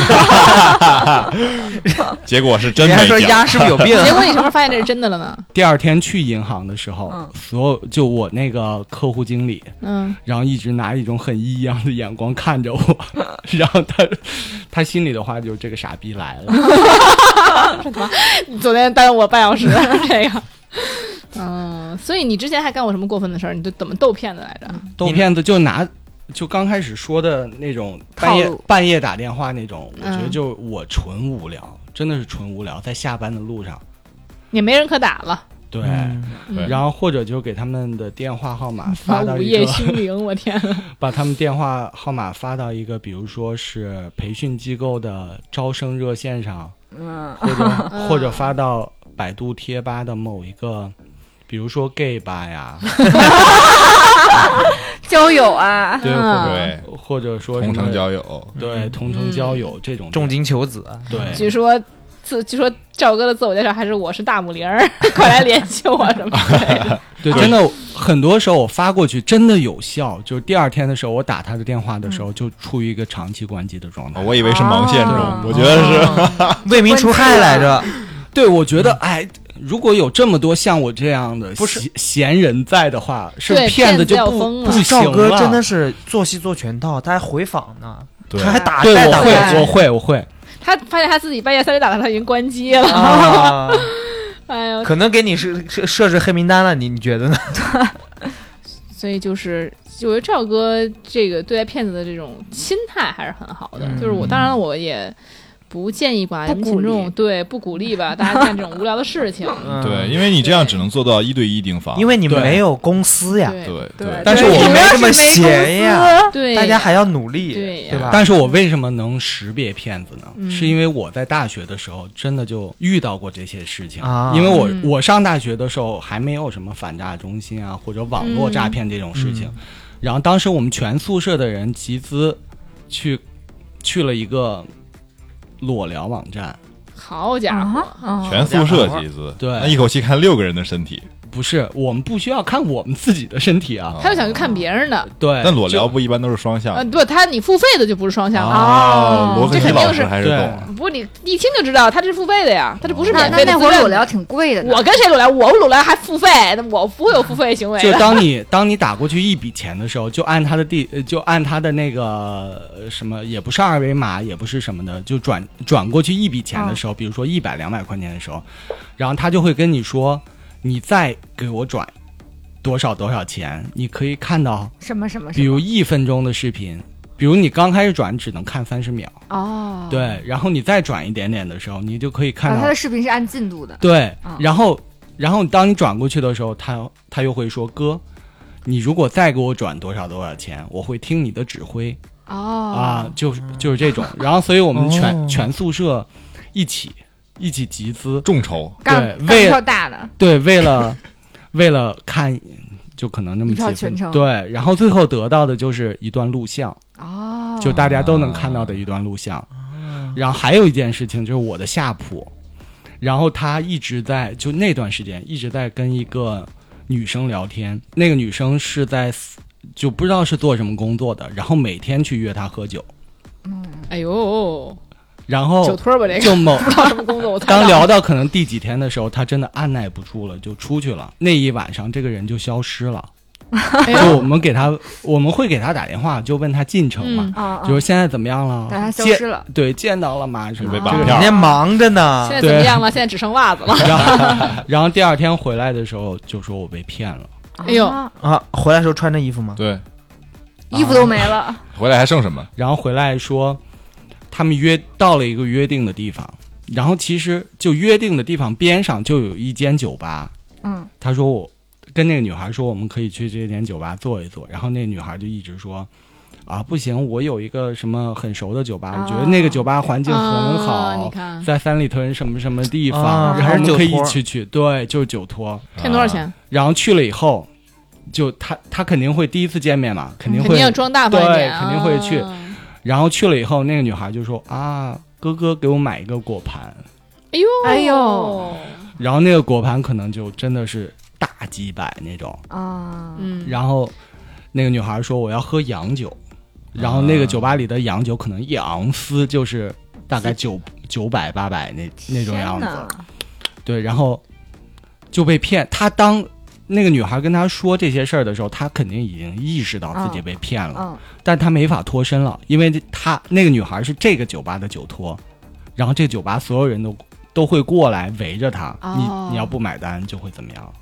结果是真没讲。人家说鸭是不是有病？ 结果你什么时候发现这是真的了呢？ 第二天去银行的时候，嗯、所有就我那个客户经理，嗯，然后一直拿一种很异样的眼光看着我，然后他他心里的话就是这个傻逼来了。 什么？你昨天耽误我半小时这个。嗯，所以你之前还干过什么过分的事儿？你都怎么逗骗子来着？ 逗骗子就拿就刚开始说的那种半夜半夜打电话那种，我觉得就我纯无聊，嗯、真的是纯无聊，在下班的路上也没人可打了。 对，嗯、然后或者就给他们的电话号码发到一个午夜凶铃，我天！ 把他们电话号码发到一个，比如说是培训机构的招生热线上，嗯，或者或者发到百度贴吧的某一个，比如说 gay 吧呀， 交友啊， 对， 对， 或者说同城交友， 对，同城交友这种重金求子， 对， 据说。自据说赵哥的自我介绍还是我是大母零，快来联系我什么之类的。 对，真的很多时候我发过去真的有效，就是第二天的时候我打他的电话的时候，就处于一个长期关机的状态。 我以为是盲线中，哦、我觉得是、 哦、为民除害来着。 对，我觉得哎，如果有这么多像我这样的闲人在的话，是骗子就不不行了。 赵哥真的是做戏做全套，他还回访呢，他还打对， 我会，我会，我会。 他发现他自己半夜三点打他，他已经关机了。 啊、 哎呦， 可能给你设设置黑名单了，你你觉得呢？ 所以就是，我觉得赵哥这个对待骗子的这种心态还是很好的。嗯、就是我，当然我也不建议广大民众对不鼓励吧，大家干这种无聊的事情。 嗯、对，因为你这样只能做到一对一订房， 因为你没有公司呀。 对对对, 对。 但是我没这么闲呀。 对， 大家还要努力， 对, 对吧？ 但是我为什么能识别骗子呢？ 嗯、 是因为我在大学的时候真的就遇到过这些事情。 啊、 因为我、嗯、我上大学的时候还没有什么反诈中心啊或者网络诈骗这种事情。嗯、然后当时我们全宿舍的人集资去去了一个裸聊网站。 好家伙， 啊、 全宿舍集资， 对， 那一口气看六个人的身体。 不是，我们不需要看我们自己的身体啊， 他就想去看别人的。 对， 但裸聊不一般都是双向。 呃，不，他你付费的就不是双向了。 哦，罗根老师还是懂。 不，你一听就知道，他这是付费的呀，他这不是免费的。那那会儿裸聊挺贵的。 我跟谁裸聊？我裸聊还付费，我不会有付费行为。 就当你当你打过去一笔钱的时候，就按他的地，就按他的那个什么，也不是二维码，也不是什么的，就转转过去一笔钱的时候，哦、比如说一百两百块钱的时候，然后他就会跟你说，你再给我转。多少多少钱？你可以看到什么什么？ 比如一分钟的视频，比如你刚开始转只能看三十秒哦， 对，然后你再转一点点的时候，你就可以看到、 啊、他的视频是按进度的， 对， 哦、 然后然后当你转过去的时候，他他又会说哥，你如果再给我转多少多少钱，我会听你的指挥哦啊，就就是这种，然后所以我们全、哦、全宿舍一起一起集资众筹， 对，为了大的， 对，为了。为了看，就可能那么几分，对，然后最后得到的就是一段录像哦， 就大家都能看到的一段录像。哦、然后还有一件事情就是我的下铺，然后他一直在就那段时间一直在跟一个女生聊天，那个女生是在就不知道是做什么工作的，然后每天去约他喝酒。 嗯， 哎呦， 然后酒托吧这个就某不知道什么工作，我刚聊到可能第几天的时候，他真的按耐不住了，就出去了。那一晚上，这个人就消失了。 哎就我们给他，我们会给他打电话，就问他进程嘛， 嗯啊， 就是现在怎么样了？ 但他消失了， 对，见到了吗？什么被这个绑票人家忙着呢现。在怎么样了？现在只剩袜子了。 然后，然后第二天回来的时候就说我被骗了。 哎呦啊啊，回来的时候穿着衣服吗？ 对， 衣服都没了， 回来还剩什么？ 然后回来说，他们约到了一个约定的地方，然后其实就约定的地方边上就有一间酒吧。 嗯， 他说我跟那个女孩说我们可以去这间酒吧坐一坐，然后那个女孩就一直说啊不行，我有一个什么很熟的酒吧， 啊我觉得那个酒吧环境很好， 啊你看在三里屯什么什么地方， 啊然后我们可以还是酒托一起去，对，就是酒托。 骗多少钱？ 然后去了以后，就他他肯定会第一次见面嘛，肯定会肯定要装大方一点， 对肯定会去啊然后去了以后，那个女孩就说啊，哥哥给我买一个果盘， 哎呦哎呦， 然后那个果盘可能就真的是大几百那种， 啊， 嗯， 然后那个女孩说我要喝洋酒，然后那个酒吧里的洋酒可能一盎司就是大概九九百八百那那种样子， 天哪对，然后就被骗。他当那个女孩跟他说这些事儿的时候，他肯定已经意识到自己被骗了， 嗯， 但他没法脱身了，因为他那个女孩是这个酒吧的酒托，然后这个酒吧所有人都都会过来围着他， 哦你你要不买单就会怎么样？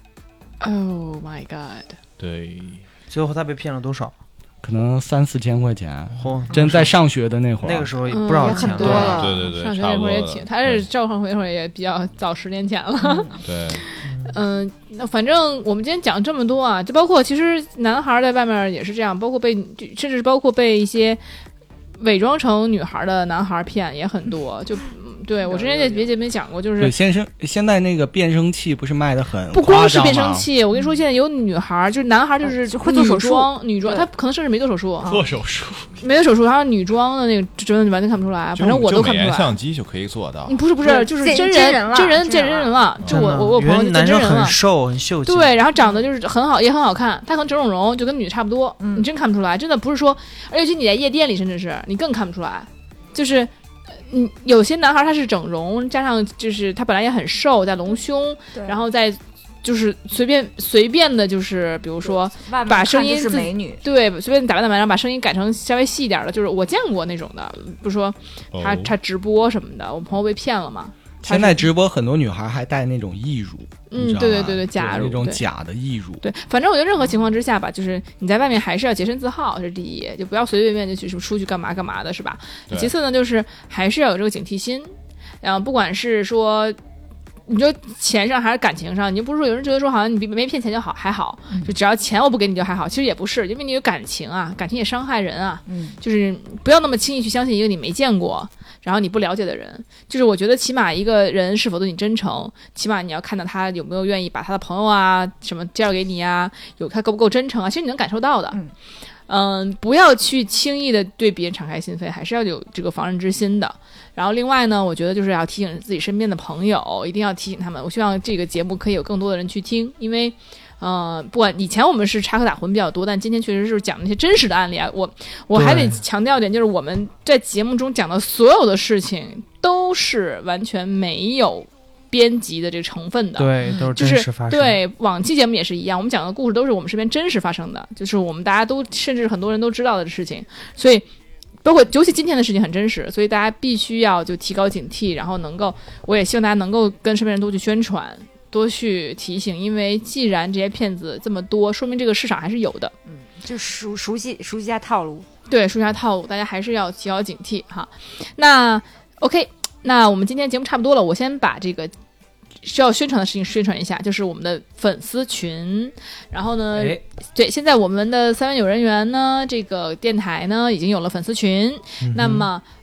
Oh my god！ 对， 最后他被骗了多少？ 可能三四千块钱， 嚯， 真在上学的那会儿， 那个时候也不少嗯钱也很多了。 了对对对， 上学差不多的那会儿也挺，他是赵上回那会儿也比较早，十年前了。 对， 嗯，那反正我们今天讲这么多啊，就包括其实男孩在外面也是这样，包括被甚至包括被一些伪装成女孩的男孩骗也很多。就嗯对我之前在别节目里讲过，就对， 是先生现在那个变声器不是卖的很不光是夸张吗变声器，我跟你说，现在有女孩，就是男孩就是就会做手术女装，女装， 对他可能甚至没做手术， 做手术， 没做手术，还有女装的那个，真的完全看不出来，反正我都看不出来。 就美颜相机就可以做到嗯，。不是不是， 对就是见真真人了真人真见人真人了，就我真的我我朋友就见原来男生真人了很。瘦很秀气， 对，然后长得就是很好，也很好看。他可能整整容，就跟女的差不多， 嗯你真看不出来。真的不是说，而且你在夜店里，甚至是你更看不出来。就是，嗯，有些男孩他是整容，加上就是他本来也很瘦，在隆胸， 对然后再就是随便随便的，就是比如说外面把声音看就是自美女， 对随便打扮打扮，然后把声音改成稍微细一点的，就是我见过那种的，不是说他、 哦他直播什么的，我朋友被骗了嘛。他现在是直播很多女孩还戴那种义乳， 嗯你知道吗对对对对假乳就是那种对假的义乳， 对，反正我觉得任何情况之下吧，就是你在外面还是要洁身自好，这是第一，就不要随随便便就去出去干嘛干嘛的，是吧？ 对其次呢，就是还是要有这个警惕心，然后不管是说。你说钱上还是感情上，你就不是说有人觉得说好像你没骗钱就好还好，就只要钱我不给你就还好，其实也不是，因为你有感情啊，感情也伤害人啊， 嗯， 就是不要那么轻易去相信一个你没见过，然后你不了解的人。就是我觉得起码一个人是否对你真诚，起码你要看到他有没有愿意把他的朋友啊什么介绍给你啊，有他够不够真诚啊，其实你能感受到的。 嗯嗯，不要去轻易的对别人敞开心扉，还是要有这个防人之心的。然后另外呢，我觉得就是要提醒自己身边的朋友，一定要提醒他们。我希望这个节目可以有更多的人去听，因为，呃，不管以前我们是插科打诨比较多，但今天确实是讲那些真实的案例啊。我我还得对强调一点，就是我们在节目中讲的所有的事情都是完全没有编辑的这个成分的。 对，都是就是真实发生。， 对，往期节目也是一样，我们讲的故事都是我们身边真实发生的，就是我们大家都甚至很多人都知道的事情，所以包括尤其今天的事情很真实，所以大家必须要就提高警惕，然后能够，我也希望大家能够跟身边人多去宣传，多去提醒，因为既然这些骗子这么多，说明这个市场还是有的。 就熟熟悉熟悉一下套路。 对，说一下套路，大家还是要提高警惕哈。那 OK，那我们今天节目差不多了，我先把这个需要宣传的事情宣传一下，就是我们的粉丝群。然后呢， 哎， 对，现在我们的三元有人缘呢，这个电台呢已经有了粉丝群。 嗯哼那么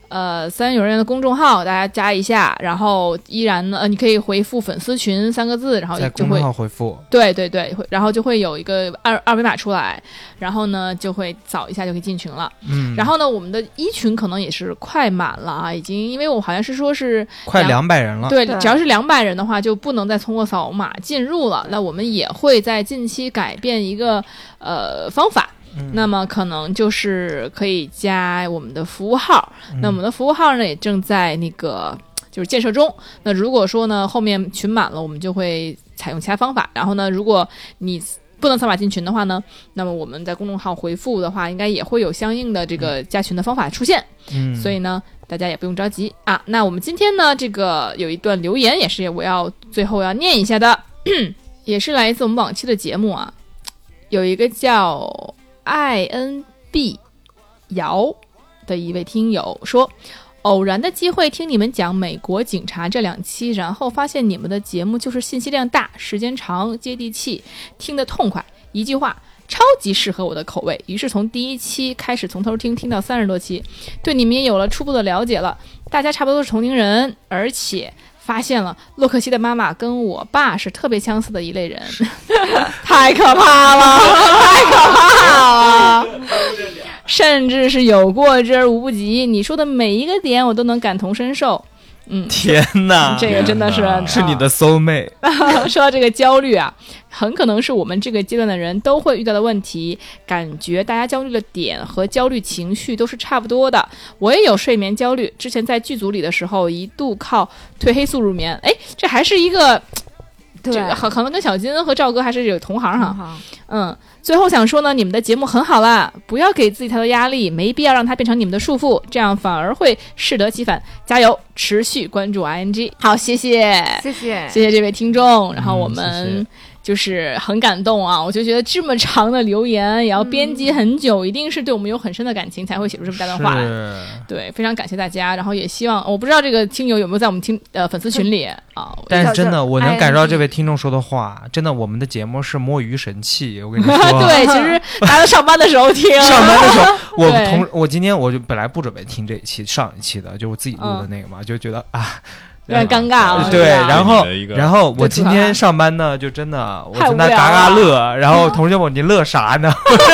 呃三有人的公众号，大家加一下，然后依然呢，呃，你可以回复粉丝群三个字，然后在就会公众号回复， 对对对，会然后就会有一个二二维码出来，然后呢就会扫一下就可以进群了。 嗯， 然后呢，我们的一群可能也是快满了啊，已经，因为我好像是说是快两百人了。 对， 对只要是两百人的话，就不能再通过扫码进入了。那我们也会在近期改变一个呃方法。 嗯、 那么可能就是可以加我们的服务号， 嗯、 那我们的服务号呢也正在那个就是建设中。那如果说呢后面群满了，我们就会采用其他方法。然后呢，如果你不能扫码进群的话呢，那么我们在公众号回复的话，应该也会有相应的这个加群的方法出现。 嗯， 所以呢，大家也不用着急啊。那我们今天呢，这个有一段留言也是我要最后要念一下的，也是来自我们往期的节目啊，有一个叫 I N B 姚的一位听友说，偶然的机会听你们讲美国警察这两期，然后发现你们的节目就是信息量大、时间长、接地气，听得痛快，一句话超级适合我的口味。于是从第一期开始从头听听到三十多期，对你们也有了初步的了解了。大家差不多都是同龄人，而且发现了洛克西的妈妈跟我爸是特别相似的一类人。太可怕了，太可怕了，甚至是有过之而无不及。你说的每一个点我都能感同身受。嗯， 天哪， 这个真的是是你的 soul mate。 说到这个焦虑啊，很可能是我们这个阶段的人都会遇到的问题，感觉大家焦虑的点和焦虑情绪都是差不多的。我也有睡眠焦虑，之前在剧组里的时候一度靠褪黑素入眠。哎，这还是一个对， 这个可能跟小金和赵哥还是有同行哈。嗯，最后想说呢，你们的节目很好啦，不要给自己太多压力，没必要让它变成你们的束缚，这样反而会适得其反。加油，持续关注 I N G。好，谢谢， 谢谢， 谢谢这位听众。然后我嗯、 们谢谢就是很感动啊，我就觉得这么长的留言也要编辑很久，嗯、一定是对我们有很深的感情才会写出这么大段话来。对，非常感谢大家，然后也希望，我不知道这个听友有没有在我们听呃粉丝群里啊。 但是真的，我能感受到这位听众说的话，真的，我们的节目是摸鱼神器，我跟你说。 对，其实大家上班的时候听， 上班的时候，我同我今天我就本来不准备听这一期，上一期的就我自己录的那个嘛，嗯、就觉得啊。 有点尴尬了， 对，然后然后我今天上班呢，就真的我在那嘎嘎乐，然后同学们你乐啥呢？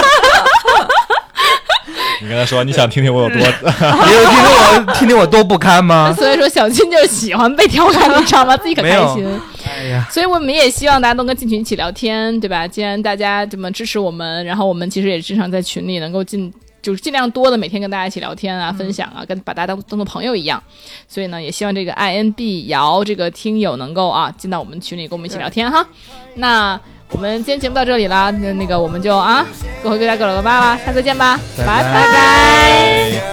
你跟他说你想听听我有多，你有听听我听听我多不堪吗？ 所以说小金就喜欢被调侃，你知道吗？自己可开心。 哎呀， 所以我们也希望大家都跟进群一起聊天，对吧？既然大家这么支持我们，然后我们其实也经常在群里能够进。就是尽量多的每天跟大家一起聊天啊，分享啊，跟把大家当当做朋友一样。所以呢，也希望这个 I N B 姚这个听友能够啊进到我们群里跟我们一起聊天哈。那我们今天节目到这里了，那那个我们就啊各回各家各走各拜了，下次见吧，拜拜。